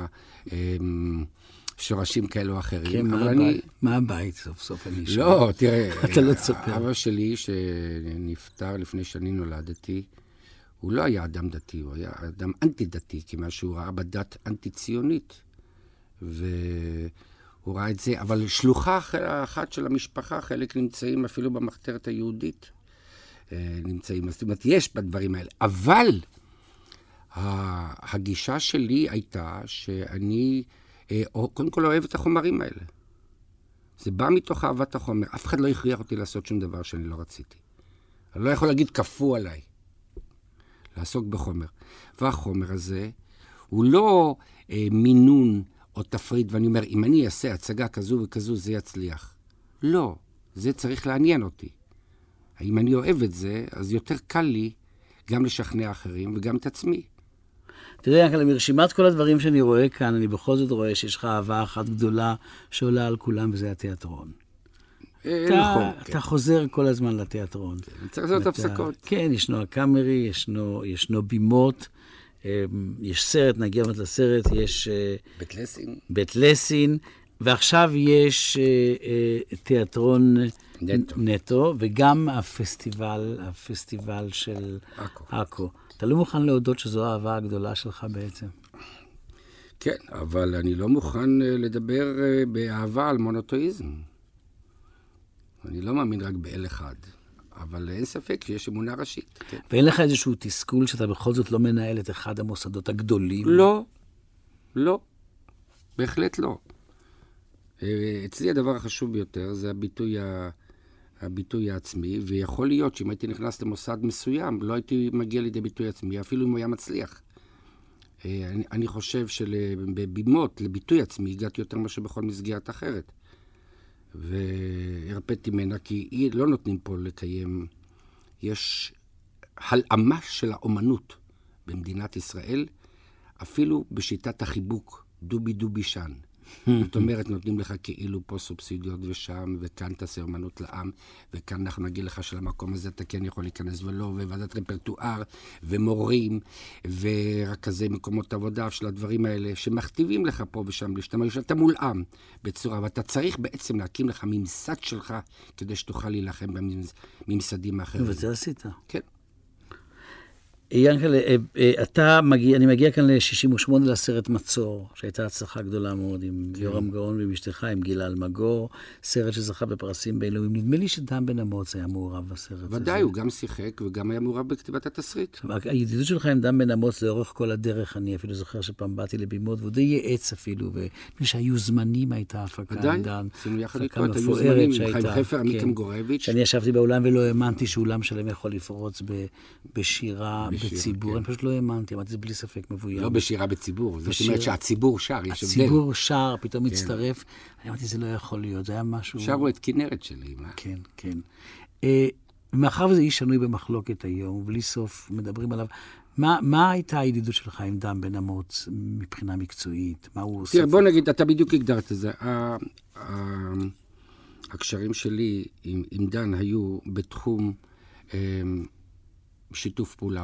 שורשים כאלו או אחרים. כן, מה, אני... הבית? מה הבית סוף סוף אני שואל? לא, תראה, אתה לא תספר. אבא שלי שנפטר לפני שאני נולדתי, הוא לא היה אדם דתי, הוא היה אדם אנטי-דתי, כי מה שהוא ראה בדת אנטי-ציונית. והוא ראה את זה, אבל שלוחה אחת של המשפחה, חלק נמצאים אפילו במחתרת היהודית. נמצאים. זאת אומרת, יש בדברים האלה. אבל הגישה שלי הייתה שאני קודם כל אוהב את החומרים האלה. זה בא מתוך אהבת החומר. אף אחד לא הכריח אותי לעשות שום דבר שאני לא רציתי. אני לא יכול להגיד כפו עליי. לעסוק בחומר. והחומר הזה הוא לא אה, מינון או תפריד, ואני אומר, אם אני אעשה הצגה כזו וכזו, זה יצליח. לא, זה צריך לעניין אותי. אם אני אוהב את זה, אז יותר קל לי גם לשכנע אחרים וגם את עצמי. תראה, מרשימת כל הדברים שאני רואה כאן, אני בכל זאת רואה שיש לך אהבה אחת גדולה שעולה על כולם, וזה התיאטרון. אתה חוזר כל הזמן לתיאטרון. צריך לעשות הפסקות. כן, ישנו הקאמרי, ישנו בימות, יש סרט, נגיע באמת לסרט, יש בית לסין. בית לסין, ועכשיו יש תיאטרון נטו, וגם הפסטיבל, הפסטיבל של עכו. אתה לא מוכן להודות שזו האהבה הגדולה שלך בעצם? כן, אבל אני לא מוכן לדבר באהבה על מונותאיזם. אני לא מאמין רק באל אחד, אבל אין ספק שיש אמונה ראשית. כן. ואין לך איזשהו תסכול שאתה בכל זאת לא מנהל את אחד המוסדות הגדולים? לא, לא, בהחלט לא. אצלי הדבר החשוב ביותר זה הביטוי, ה... הביטוי העצמי, ויכול להיות שאם הייתי נכנס למוסד מסוים, לא הייתי מגיע לידי ביטוי עצמי, אפילו אם הוא היה מצליח. אני, אני חושב שבבימות, לביטוי עצמי, הגעתי יותר מאשר בכל מסגרת אחרת. והרפאתי ממנה, כי לא נותנים פה לקיים. יש הלאמה של האומנות במדינת ישראל, אפילו בשיטת החיבוק, דובי דובי שן. זאת אומרת, נותנים לך כאילו פה סובסידיות ושם, וכאן תעשה אומנות לעם, וכאן אנחנו נגיד לך שלמקום הזה אתה כן יכול להיכנס ולא, וועדת רפרטואר, ומורים, ורכזי מקומות עבודה של הדברים האלה, שמכתיבים לך פה ושם להשתמש, שאתה מולאם בצורה, ואתה צריך בעצם להקים לך ממסד שלך, כדי שתוכל להילחם בממסדים האחרים. וזה עשית. כן. ינקל, אתה מגיע, אני מגיע כאן ל-שישים ושמונה לסרט מצור, שהייתה הצלחה גדולה מאוד עם יורם גאון ועם אשתך, עם גילה אלמגור, סרט שזכה בפרסים בינלאומיים. נדמה לי שדן בן אמוץ היה מעורב בסרט הזה. ודאי, הוא גם שיחק וגם היה מעורב בכתיבת התסריט. הידידות שלך עם דן בן אמוץ לאורך כל הדרך, אני אפילו זוכר שפעם באתי לבימות, והוא די ייעץ אפילו, ושהיו זמנים הייתה הפקה עם דן. עשינו יחד איתו, היו זמנים, חיים חפר, עמיקם גורביץ'. שאני ישבתי באולם ולא האמנתי שאולם שלהם יכול לפרוץ בשירה, בציבור, אני פשוט לא האמנתי, אמרתי, זה בלי ספק מבוים. לא בשירה בציבור, זאת אומרת שהציבור שר, יש הבדל. הציבור שר, פתאום מצטרף, אני אמרתי, זה לא יכול להיות, זה היה משהו... שרו את כנרת שלי, מה? כן, כן. מאחר וזה איש שנוי במחלוקת היום, בלי סוף מדברים עליו, מה הייתה הידידות שלך עם דן בן אמוץ מבחינה מקצועית? מה הוא עושה? תראה, בוא נגיד, אתה בדיוק הגדרת את זה. הקשרים שלי עם דן היו בתחום שיתוף פעולה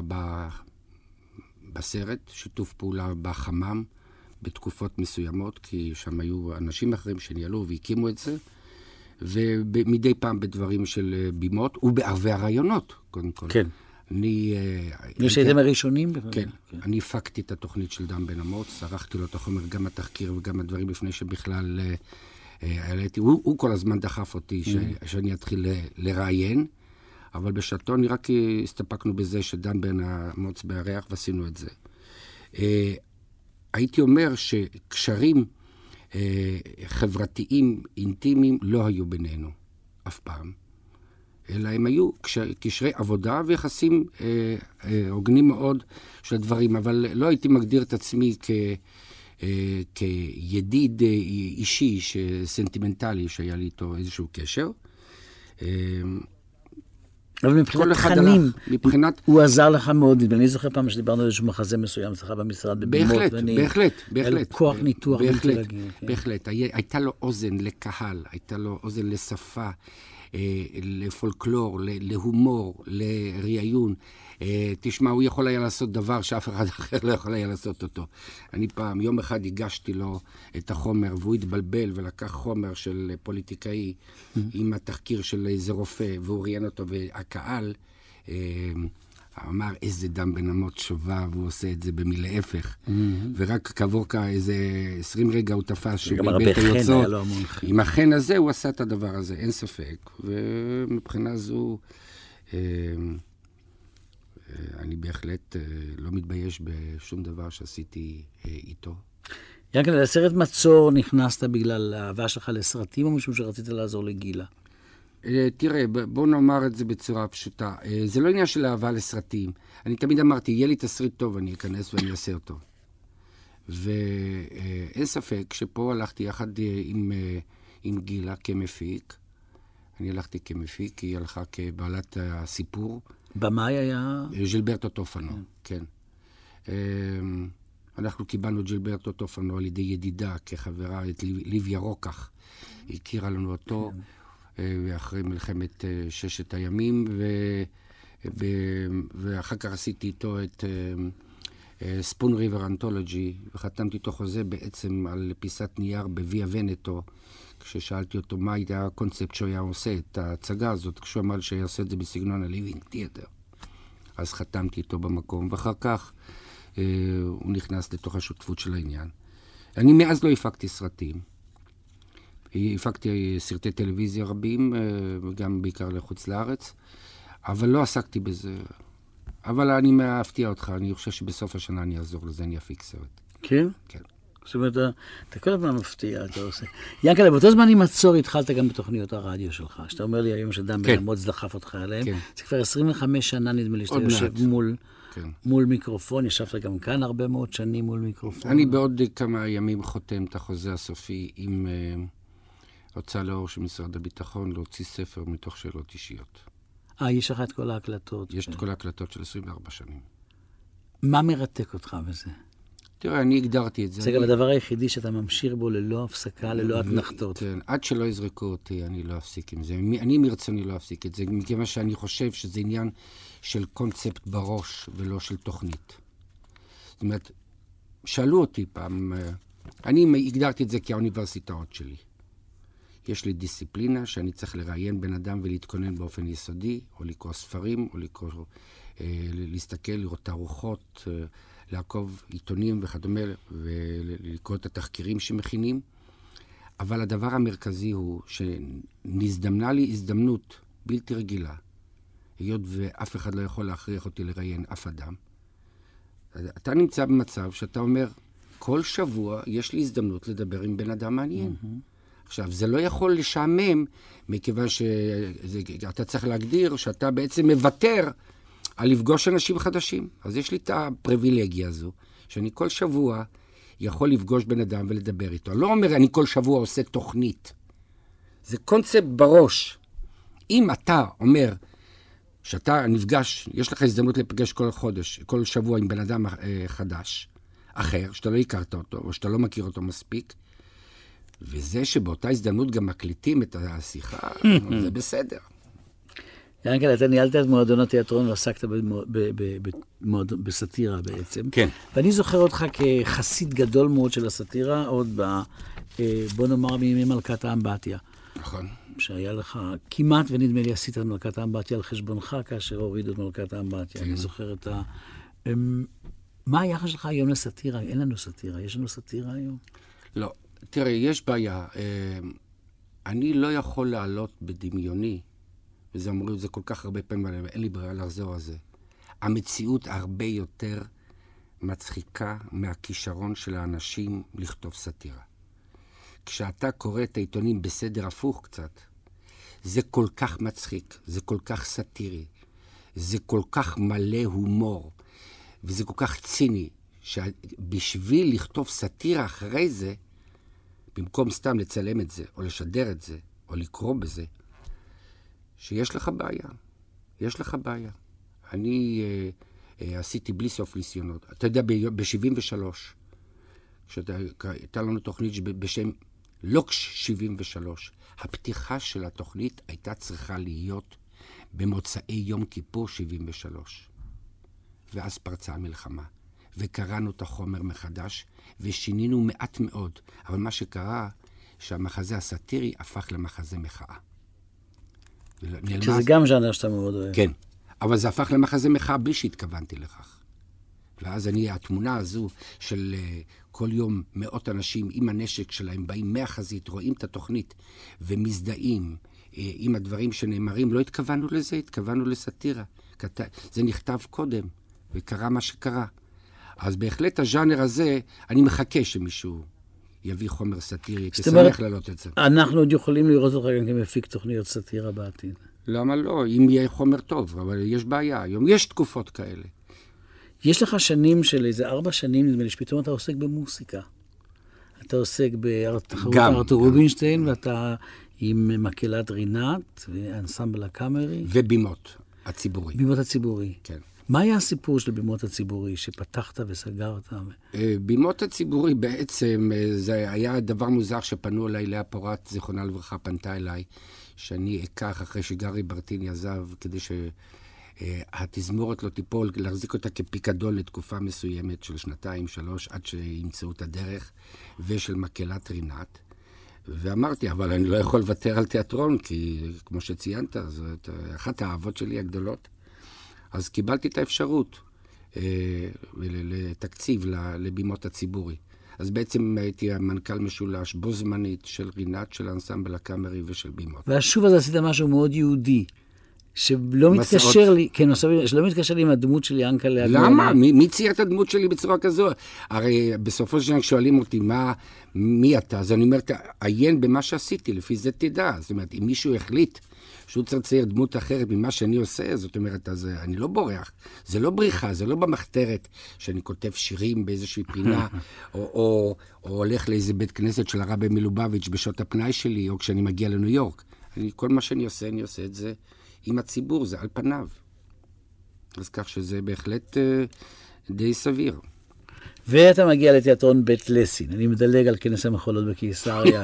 בסרט, שיתוף פעולה בחמם, בתקופות מסוימות, כי שם היו אנשים אחרים שניהלו והקימו את זה, ומדי פעם בדברים של בימות, ובערבי הרעיונות, קודם כל. כן. אני... יש הייתם הראשונים? כן. אני הפקתי את התוכנית של דן בן אמוץ, ערכתי לו את החומר, גם התחקיר וגם הדברים לפני שבכלל העליתי. הוא כל הזמן דחף אותי שאני אתחיל לראיין, אבל בשעתו נראה כי הסתפקנו בזה שדן בן אמוץ בירח ועשינו את זה. הייתי אומר שקשרים חברתיים, אינטימיים, לא היו בינינו אף פעם. אלא הם היו קשרי עבודה ויחסים הוגנים מאוד של הדברים, אבל לא הייתי מגדיר את עצמי כ, כידיד אישי, סנטימנטלי, שהיה לי איתו איזשהו קשר. אבל מבחינת תכנים, מבחינת... הוא עזר לך מאוד. אני זוכר פעם שדיברנו על איזשהו מחזה מסוים, זכה במשרד בבימות. בהחלט, ואני... בהחלט, בהחלט. כוח ניתוח. בהחלט, כן. בהחלט. הייתה לו אוזן לקהל, הייתה לו אוזן לשפה, לפולקלור, להומור, לראיון. תשמע, הוא יכול היה לעשות דבר שאף אחד אחר לא יכול היה לעשות אותו. אני פעם, יום אחד הגשתי לו את החומר, והוא התבלבל ולקח חומר של פוליטיקאי עם התחקיר של איזה רופא, והוא ראיין אותו, והקהל אמר, איזה דם בן אמוץ שובה, והוא עושה את זה במילה הפך. ורק כעבור איזה עשרים רגע הוא תפס שהוא בלבל את היוצאות. עם החן הזה הוא עשה את הדבר הזה, אין ספק. ומבחינה זו אני בהחלט לא מתבייש בשום דבר שעשיתי איתו. ינקלה, לסרט מצור נכנסת בגלל האהבה שלך לסרטים, או משום שרצית לעזור לגילה? תראה, בוא נאמר את זה בצורה פשוטה. זה לא עניין של אהבה לסרטים. אני תמיד אמרתי, יהיה לי תסריט טוב, אני אכנס ואני אעשה אותו. ואין ספק שפה הלכתי יחד עם, עם גילה כמפיק. אני הלכתי כמפיק, היא הלכה כבעלת הסיפור. במאי היה? ג'ילברטו טופנו, כן. אנחנו קיבלנו ג'ילברטו טופנו על ידי ידידה כחברה, את ליביה רוקח. היא הכירה לנו אותו. ואחרי מלחמת ששת הימים, ו... ו... ואחר כך עשיתי איתו את ספון ריבר אנתולוגי, וחתמתי איתו חוזה בעצם על פיסת נייר בוויה ונטו, כששאלתי אותו מה הייתה הקונספט שהוא היה עושה את ההצגה הזאת, כשהוא אמר שיעשה את זה בסגנון הליבינג תיאטר. אז חתמתי איתו במקום, ואחר כך אה, הוא נכנס לתוך השותפות של העניין. אני מאז לא הפקתי סרטים. הפקתי סרטי טלוויזיה רבים, וגם בעיקר לחוץ לארץ, אבל לא עסקתי בזה. אבל אני מאפתיע אותך, אני חושב שבסוף השנה אני אעזור לזה, אני אפיק סרט. כן? כן. זאת אומרת, אתה כל הזמן מפתיע, אתה עושה. ינקלה, באותו זמן עם מצור התחלת גם בתוכניות הרדיו שלך. שאתה אומר לי היום שדם בן אמוץ דחף אותך עליהם. כן. זה כבר עשרים וחמש שנה נדמה לי שאתה יושב מול... כן. מול מיקרופון, ישבת גם כאן הרבה מאוד שנים מול מיקרופון. אני בעוד כמה ימים חותם את החוזה הסופי עם... הוצאה לאור של משרד הביטחון להוציא ספר מתוך שאלות אישיות. אה, יש לך את כל ההקלטות. יש את כל ההקלטות של עשרים וארבע שנים. מה מרתק אותך בזה? תראה, אני הגדרתי את זה. זה גם הדבר היחידי שאתה ממשיך בו ללא הפסקה, ללא התנחתות. כן, עד שלא יזרקו אותי, אני לא אפסיק עם זה. אני מרצוני לא אפסיק את זה, מכיוון שאני חושב שזה עניין של קונספט בראש ולא של תוכנית. זאת אומרת, שאלו אותי פעם, אני הגדרתי את זה כאוניברסיטאות שלי. יש לי דיסציפלינה שאני צריך לראיין בן אדם ולהתכונן באופן יסודי, או לקרוא ספרים, או לקרוא, אה, להסתכל, לראות תערוכות, אה, לעקוב עיתונים וכדומה, ולקרוא את התחקירים שמכינים. אבל הדבר המרכזי הוא שנזדמנה לי הזדמנות בלתי רגילה, היות ואף אחד לא יכול להכריח אותי לראיין אף אדם. אתה נמצא במצב שאתה אומר, כל שבוע יש לי הזדמנות לדבר עם בן אדם מעניין. Mm-hmm. עכשיו, זה לא יכול לשעמם, מכיוון שאתה צריך להגדיר שאתה בעצם מוותר על לפגוש אנשים חדשים. אז יש לי את הפריבילגיה הזו, שאני כל שבוע יכול לפגוש בן אדם ולדבר איתו. אני לא אומר, אני כל שבוע עושה תוכנית. זה קונספט בראש. אם אתה אומר שאתה נפגש, יש לך הזדמנות לפגש כל חודש, כל שבוע עם בן אדם חדש, אחר, שאתה לא הכרת אותו, או שאתה לא מכיר אותו מספיק, וזה שבאותה הזדמנות גם מקליטים את השיחה, זה בסדר. ינקלה, אתה ניהלת את מועדון התיאטרון ועסקת בסאטירה בעצם. כן. ואני זוכר אותך כחסיד גדול מאוד של הסאטירה, עוד ב... בוא נאמר מימי מלכת האמבטיה. נכון. שהיה לך כמעט, ונדמה לי עשית את מלכת האמבטיה על חשבונך, כאשר הורידו את מלכת האמבטיה. אני זוכר את ה... מה היחס שלך היום לסאטירה? אין לנו סאטירה. יש לנו סאטירה היום? לא. תראה, יש בעיה. אני לא יכול לעלות בדמיוני, וזה אמרו את זה כל כך הרבה פעמים, אין לי ברירה לחזור על זה. המציאות הרבה יותר מצחיקה מהכישרון של האנשים לכתוב סאטירה. כשאתה קורא את העיתונים בסדר הפוך קצת, זה כל כך מצחיק, זה כל כך סאטירי, זה כל כך מלא הומור, וזה כל כך ציני, שבשביל לכתוב סאטירה אחרי זה, במקום סתם לצלם את זה, או לשדר את זה, או לקרוא בזה, שיש לך בעיה. יש לך בעיה. אני אה, אה, עשיתי בלי סוף ניסיונות. אתה יודע, ב-שבעים ושלוש, כשהייתה לנו תוכנית בשם לוקש שבעים ושלוש, הפתיחה של התוכנית הייתה צריכה להיות במוצאי יום כיפור שבעים ושלוש. ואז פרצה המלחמה. וקראנו את החומר מחדש, ושינינו מעט מאוד. אבל מה שקרה, שהמחזה הסאטירי הפך למחזה מחאה. שזה גם ז'אנר שאתה מאוד אוהב. כן, אבל זה הפך למחזה מחאה בלי שהתכוונתי לכך. ואז אני, התמונה הזו של uh, כל יום מאות אנשים עם הנשק שלהם, באים מהחזית, רואים את התוכנית, ומזדהים אם הדברים שנאמרים, לא התכוונו לזה, התכוונו לסאטירה. זה נכתב קודם, וקרה מה שקרה. אז בהחלט הז'אנר הזה, אני מחכה שמישהו יביא חומר סאטירי, תשמח להעלות את זה. אנחנו עוד יכולים לראות אותך גם כמפיק תוכניות סאטירה בעתיד. למה לא? אם יהיה חומר טוב, אבל יש בעיה. היום יש תקופות כאלה. יש לך שנים של איזה ארבע שנים, נדמה לי שפתאום אתה עוסק במוסיקה. אתה עוסק בתחרות ארתור רובינשטיין, ואתה עם מקהלת רינת, ואנסמבל הקאמרי. ובימות הציבורי. בימות הציבורי. כן. מה היה הסיפור של בימות הציבורי, שפתחת וסגרת? בימות הציבורי בעצם, זה היה דבר מוזר שפנו אליי, לאה פורת, זיכרונה לברכה, פנתה אליי, שאני אקח אחרי שגרי ברטיני עזב, כדי שהתזמורת לא תיפול, להחזיק אותה כפיקדון לתקופה מסוימת של שנתיים, שלוש, עד שימצאו את הדרך, ושל מקהלת רינת. ואמרתי, אבל אני לא יכול לוותר על תיאטרון, כי כמו שציינת, זאת אחת האהבות שלי הגדולות. אז קיבלתי את האפשרות אה, לתקציב לבימות הציבורי. אז בעצם הייתי המנכ"ל משולש, בו זמנית, של רינת, של האנסמבל הקאמרי ושל בימות. והשוב הזה עשית משהו מאוד יהודי, שלא מתקשר לי, כן, שלא מתקשר לי עם הדמות של ינקלה. למה? מי, מי צייר את הדמות שלי בצורה כזו? הרי בסופו של דבר שואלים אותי, מה, מי אתה? אז אני אומר, עיין במה שעשיתי, לפי זה תדע. זאת אומרת, אם מישהו החליט שהוא צריך לצייר דמות אחרת ממה שאני עושה, זאת אומרת, אז אני לא בורח. זה לא בריחה, זה לא במחתרת שאני כותב שירים באיזושהי פינה, או, או, או הולך לאיזה בית כנסת של הרבי מלובביץ' בשעות הפנאי שלי, או כשאני מגיע לניו יורק. אני, כל מה שאני עושה, אני עושה את זה עם הציבור, זה על פניו. אז כך שזה בהחלט אה, די סביר. ואתה מגיע לתיאטרון בית לסין. אני מדלג על כנס המחולות בקיסריה,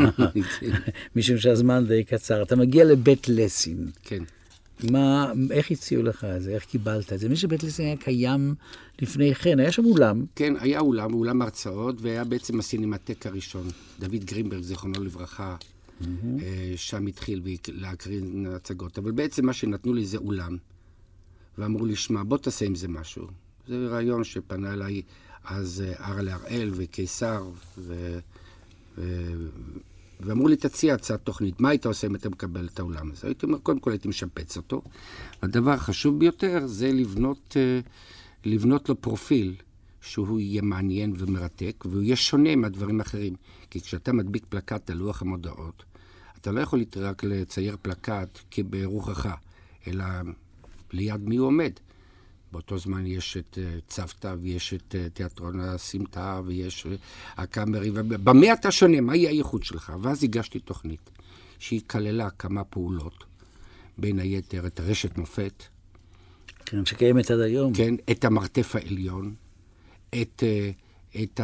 משום שהזמן די קצר. אתה מגיע לבית לסין. כן. מה, איך הציעו לך את זה? איך קיבלת את זה? מי שבית לסין היה קיים לפני כן, היה שם אולם. כן, היה אולם, אולם הרצאות, והיה בעצם הסינמטק הראשון. דוד גרינברג, זיכרונו לברכה, mm-hmm. שם התחיל להקרין הצגות. אבל בעצם מה שנתנו לי זה אולם. ואמרו לי, שמע, בוא תעשה עם זה משהו. זה רעיון שפנה אליי אז ארלה להראל וקיסר, ו... ו... ואמרו לי, תציע הצעת תוכנית, מה היית עושה אם אתה מקבל את האולם הזה? הייתי אומר, קודם כל הייתי משפץ אותו. הדבר החשוב ביותר זה לבנות, לבנות לו פרופיל שהוא יהיה מעניין ומרתק, והוא יהיה שונה מהדברים האחרים. כי כשאתה מדביק פלקט על לוח המודעות, אתה לא יכול רק לצייר פלקט כברוחך, אלא ליד מי הוא עומד. באותו זמן יש את צוותא, ויש את תיאטרון הסמטה, ויש הקאמרי, ובמה אתה שונה? מהי הייחוד שלך? ואז הגשתי תוכנית, שהיא כללה כמה פעולות, בין היתר את הרשת מופת. כן, שקיימת עד היום. כן, את המרתף העליון, את, את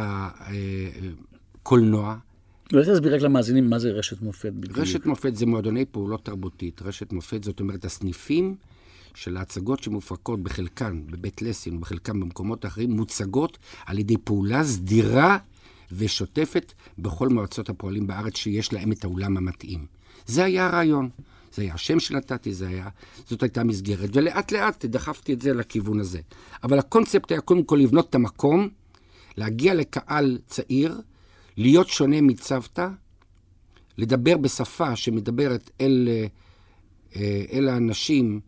הקולנוע. לא תסביר רק למאזינים מה זה רשת מופת בדיוק. רשת מופת זה מועדוני פעולות תרבותית. רשת מופת זאת אומרת הסניפים, של ההצגות שמופקות בחלקן בבית לסין ובחלקן במקומות אחרים, מוצגות על ידי פעולה סדירה ושוטפת בכל מועצות הפועלים בארץ שיש להם את האולם המתאים. זה היה הרעיון. זה היה השם שנתתי, זה היה, זאת הייתה מסגרת, ולאט לאט דחפתי את זה לכיוון הזה. אבל הקונספט היה קודם כל לבנות את המקום, להגיע לקהל צעיר, להיות שונה מצוותא, לדבר בשפה שמדברת אל, אל האנשים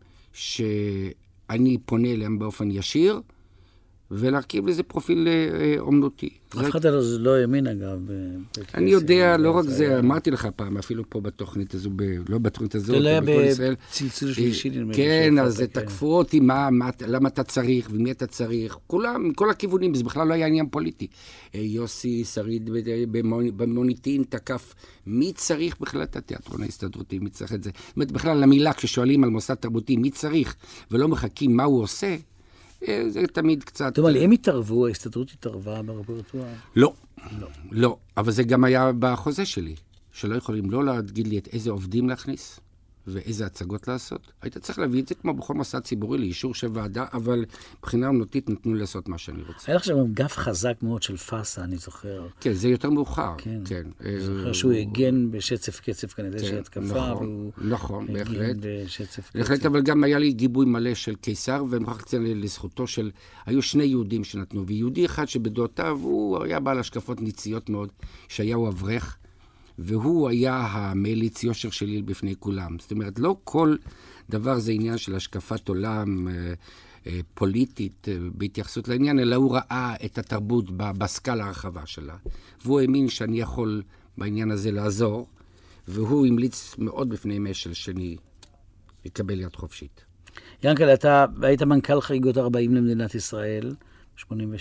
שאני פונה אליהם באופן ישיר, ולהרכיב לזה פרופיל אומנותי. אף אחד לא האמין אגב. אני יודע, לא רק זה, אמרתי לך פעם, אפילו פה בתוכנית הזו, לא בתוכנית הזו, זה לא היה בצלצול שלישי. כן, אז תקפו אותי, למה אתה צריך, ומי אתה צריך, כולם, כל הכיוונים, זה בכלל לא היה עניין פוליטי. יוסי שריד במוניטין תקף, מי צריך בכלל את התיאטרון ההסתדרותי, מי צריך את זה? זאת אומרת, בכלל למילה, כששואלים על מוסד תרבותי, מי צריך, ולא מחכים מה הוא עושה, זה תמיד קצת... זאת אומרת, הם התערבו, ההסתדרות התערבה ברפרטואר? לא, לא, לא. אבל זה גם היה בחוזה שלי, שלא יכולים לא להגיד לי את איזה עובדים להכניס, ואיזה הצגות לעשות. היית צריך להביא את זה כמו בכל מוסד ציבורי לאישור של ועדה, אבל מבחינה אמנותית נתנו לעשות מה שאני רוצה. היה עכשיו גף חזק מאוד של פסה, אני זוכר. כן, זה יותר מאוחר. כן. כן. אני זוכר שהוא הגן בשצף קצף כנראה של התקפה, והוא... נכון, בהחלט. בשצף קצף. בהחלט, אבל גם היה לי גיבוי מלא של קיסר, ואני מוכרח לציין לזכותו של... היו שני יהודים שנתנו, ויהודי אחד שבדעותיו הוא היה בעל השקפות ניציות מאוד, שהיה הוא אברך, והוא היה המליץ יושר שלי בפני כולם. זאת אומרת, לא כל דבר זה עניין של השקפת עולם פוליטית בהתייחסות לעניין, אלא הוא ראה את התרבות בסקאלה הרחבה שלה. והוא האמין שאני יכול בעניין הזה לעזור, והוא המליץ מאוד בפני משל שאני יקבל יד חופשית. ינקל, אתה היית מנכ"ל חגיגות ארבעים למדינת ישראל, שמונים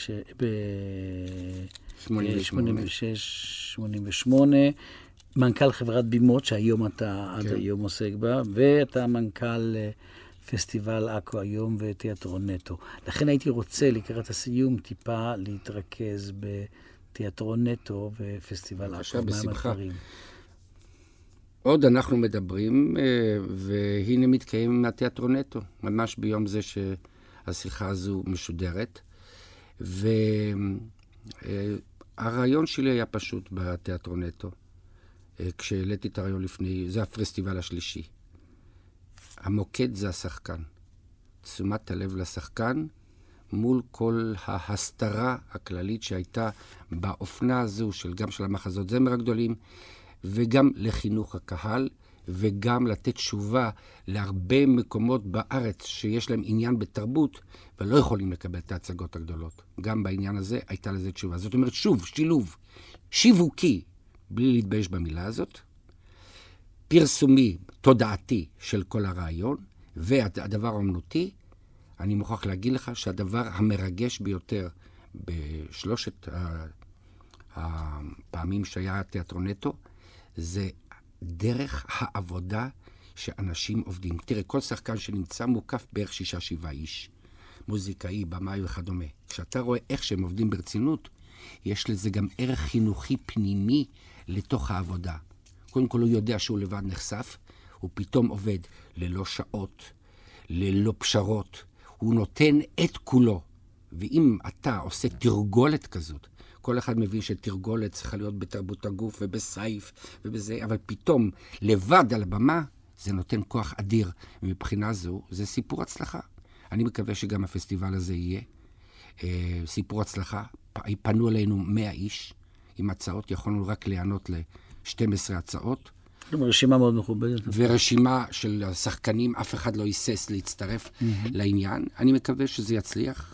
ושש שמונים ושמונה, מנכ"ל חברת בימות, שהיום אתה עד היום עוסק בה, ואתה מנכ"ל פסטיבל עכו היום ותיאטרון נטו. לכן הייתי רוצה לקראת הסיום טיפה להתרכז בתיאטרון נטו ופסטיבל עכו. בשמחה. עוד אנחנו מדברים, והנה מתקיים התיאטרון נטו, ממש ביום זה שהשיחה הזו משודרת. והרעיון שלי היה פשוט בתיאטרון נטו. כשהעליתי את הרעיון לפני, זה הפסטיבל השלישי. המוקד זה השחקן. תשומת הלב לשחקן מול כל ההסתרה הכללית שהייתה באופנה הזו, של, גם של המחזות זמר הגדולים, וגם לחינוך הקהל, וגם לתת תשובה להרבה מקומות בארץ שיש להם עניין בתרבות, ולא יכולים לקבל את ההצגות הגדולות. גם בעניין הזה הייתה לזה תשובה. זאת אומרת, שוב, שילוב, שיווקי, בלי להתבייש במילה הזאת, פרסומי, תודעתי של כל הרעיון, והדבר האמנותי, אני מוכרח להגיד לך שהדבר המרגש ביותר בשלושת הפעמים שהיה תיאטרון נטו, זה דרך העבודה שאנשים עובדים. תראה, כל שחקן שנמצא מוקף בערך שישה, שבעה איש, מוזיקאי, במאי וכדומה. כשאתה רואה איך שהם עובדים ברצינות, יש לזה גם ערך חינוכי פנימי לתוך העבודה. קודם כל הוא יודע שהוא לבד נחשף, הוא פתאום עובד ללא שעות, ללא פשרות. הוא נותן את כולו. ואם אתה עושה תרגולת כזאת, כל אחד מבין שתרגולת צריכה להיות בתרבות הגוף ובסייף ובזה, אבל פתאום לבד על הבמה זה נותן כוח אדיר. ומבחינה זו זה סיפור הצלחה. אני מקווה שגם הפסטיבל הזה יהיה אה, סיפור הצלחה. פנו אלינו מאה איש עם הצעות, יכולנו רק לענות ל-שתים עשרה הצעות. רשימה מאוד מכובדת. ורשימה של השחקנים, אף אחד לא היסס להצטרף mm-hmm. לעניין. אני מקווה שזה יצליח,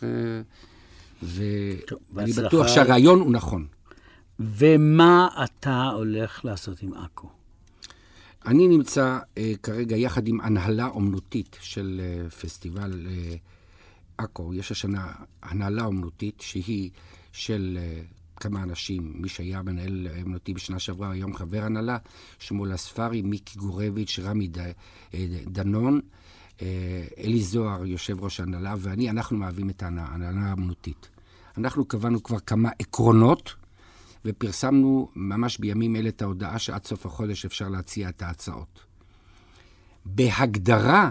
ואני בטוח שהרעיון הוא נכון. ומה אתה הולך לעשות עם עכו? אני נמצא uh, כרגע יחד עם הנהלה אומנותית של uh, פסטיבל uh, עכו. יש השנה הנהלה אומנותית שהיא של uh, כמה אנשים, מי שהיה מנהל אומנותי בשנה שעברה, היום חבר הנהלה, שמואל הספרי, מיקי גורביץ', רמי ד, uh, דנון, uh, אלי זוהר, יושב ראש הנהלה, ואני, אנחנו מהווים את ההנהלה האומנותית. אנחנו קבענו כבר כמה עקרונות, ופרסמנו ממש בימים אלה את ההודעה שעד סוף החודש אפשר להציע את ההצעות. בהגדרה,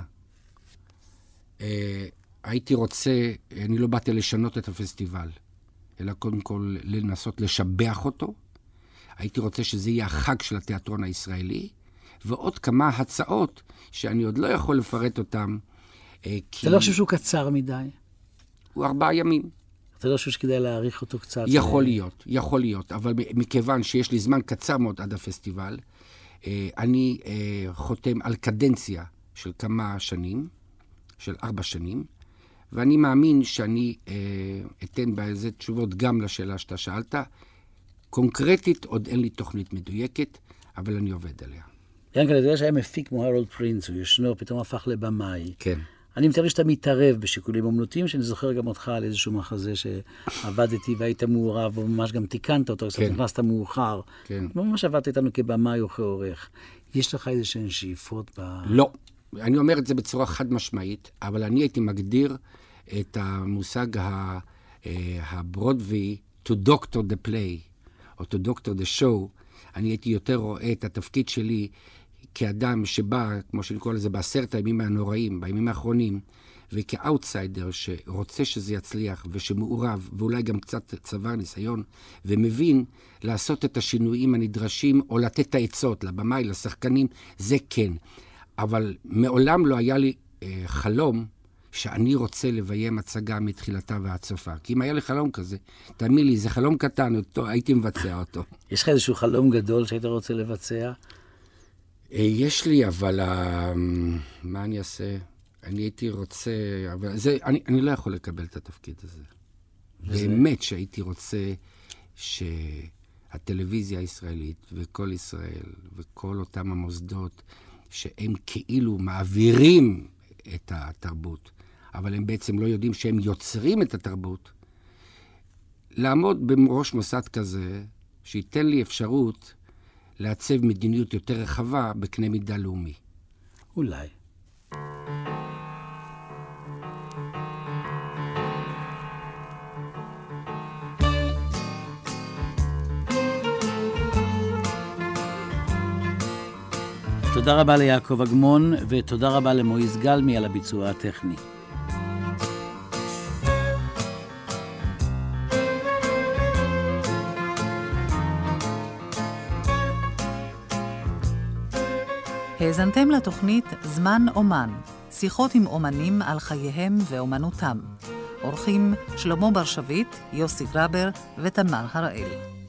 אה, הייתי רוצה, אני לא באתי לשנות את הפסטיבל, אלא קודם כל לנסות לשבח אותו. הייתי רוצה שזה יהיה החג של התיאטרון הישראלי, ועוד כמה הצעות שאני עוד לא יכול לפרט אותם. אה, כי... אתה לא חושב שהוא קצר מדי? הוא ארבעה ימים. אתה לא חושב שכדאי להעריך אותו קצת? יכול להיות, יכול להיות, אבל מכיוון שיש לי זמן קצר מאוד עד הפסטיבל, אני חותם על קדנציה של כמה שנים, של ארבע שנים, ואני מאמין שאני אתן באיזה תשובות גם לשאלה שאתה שאלת. קונקרטית עוד אין לי תוכנית מדויקת, אבל אני עובד עליה. ינקל, אתה יודע שהיה מפיק כמו הרולד פרינס, הוא ישנו, פתאום הפך לבמאי. כן. אני מתאר לי שאתה מתערב בשיקולים אומנותיים, שאני זוכר גם אותך על איזשהו מחזה שעבדתי והיית מעורב, וממש גם תיקנת אותו, קצת נכנסת מאוחר. כן. ממש עבדת איתנו כבמאי או כעורך. יש לך איזשהן שאיפות ב... לא. אני אומר את זה בצורה חד משמעית, אבל אני הייתי מגדיר את המושג הברודווי to doctor the play, או to doctor the show. אני הייתי יותר רואה את התפקיד שלי כאדם שבא, כמו שאני קורא לזה, בעשרת הימים הנוראים, בימים האחרונים, וכאוטסיידר שרוצה שזה יצליח ושמעורב, ואולי גם קצת צבר ניסיון, ומבין לעשות את השינויים הנדרשים, או לתת את העצות לבמאי, לשחקנים, זה כן. אבל מעולם לא היה לי אה, חלום שאני רוצה לביים הצגה מתחילתה ועד סופה. כי אם היה לי חלום כזה, תאמין לי, זה חלום קטן, אותו, הייתי מבצע אותו. יש לך איזשהו חלום גדול שהיית רוצה לבצע? יש לי, אבל מה אני אעשה? אני הייתי רוצה, אבל זה, אני, אני לא יכול לקבל את התפקיד הזה. וזה... באמת שהייתי רוצה שהטלוויזיה הישראלית וכל ישראל וכל אותם המוסדות, שהם כאילו מעבירים את התרבות, אבל הם בעצם לא יודעים שהם יוצרים את התרבות, לעמוד בראש מוסד כזה, שייתן לי אפשרות לעצב מדיניות יותר רחבה בקנה מידה לאומי. אולי. תודה רבה ליעקב אגמון, ותודה רבה למויז גלמי על הביצוע הטכני. האזנתם לתוכנית זמן אומן, שיחות עם אומנים על חייהם ואומנותם. עורכים שלמה ברשבית, יוסי גרבר ותמר הראל.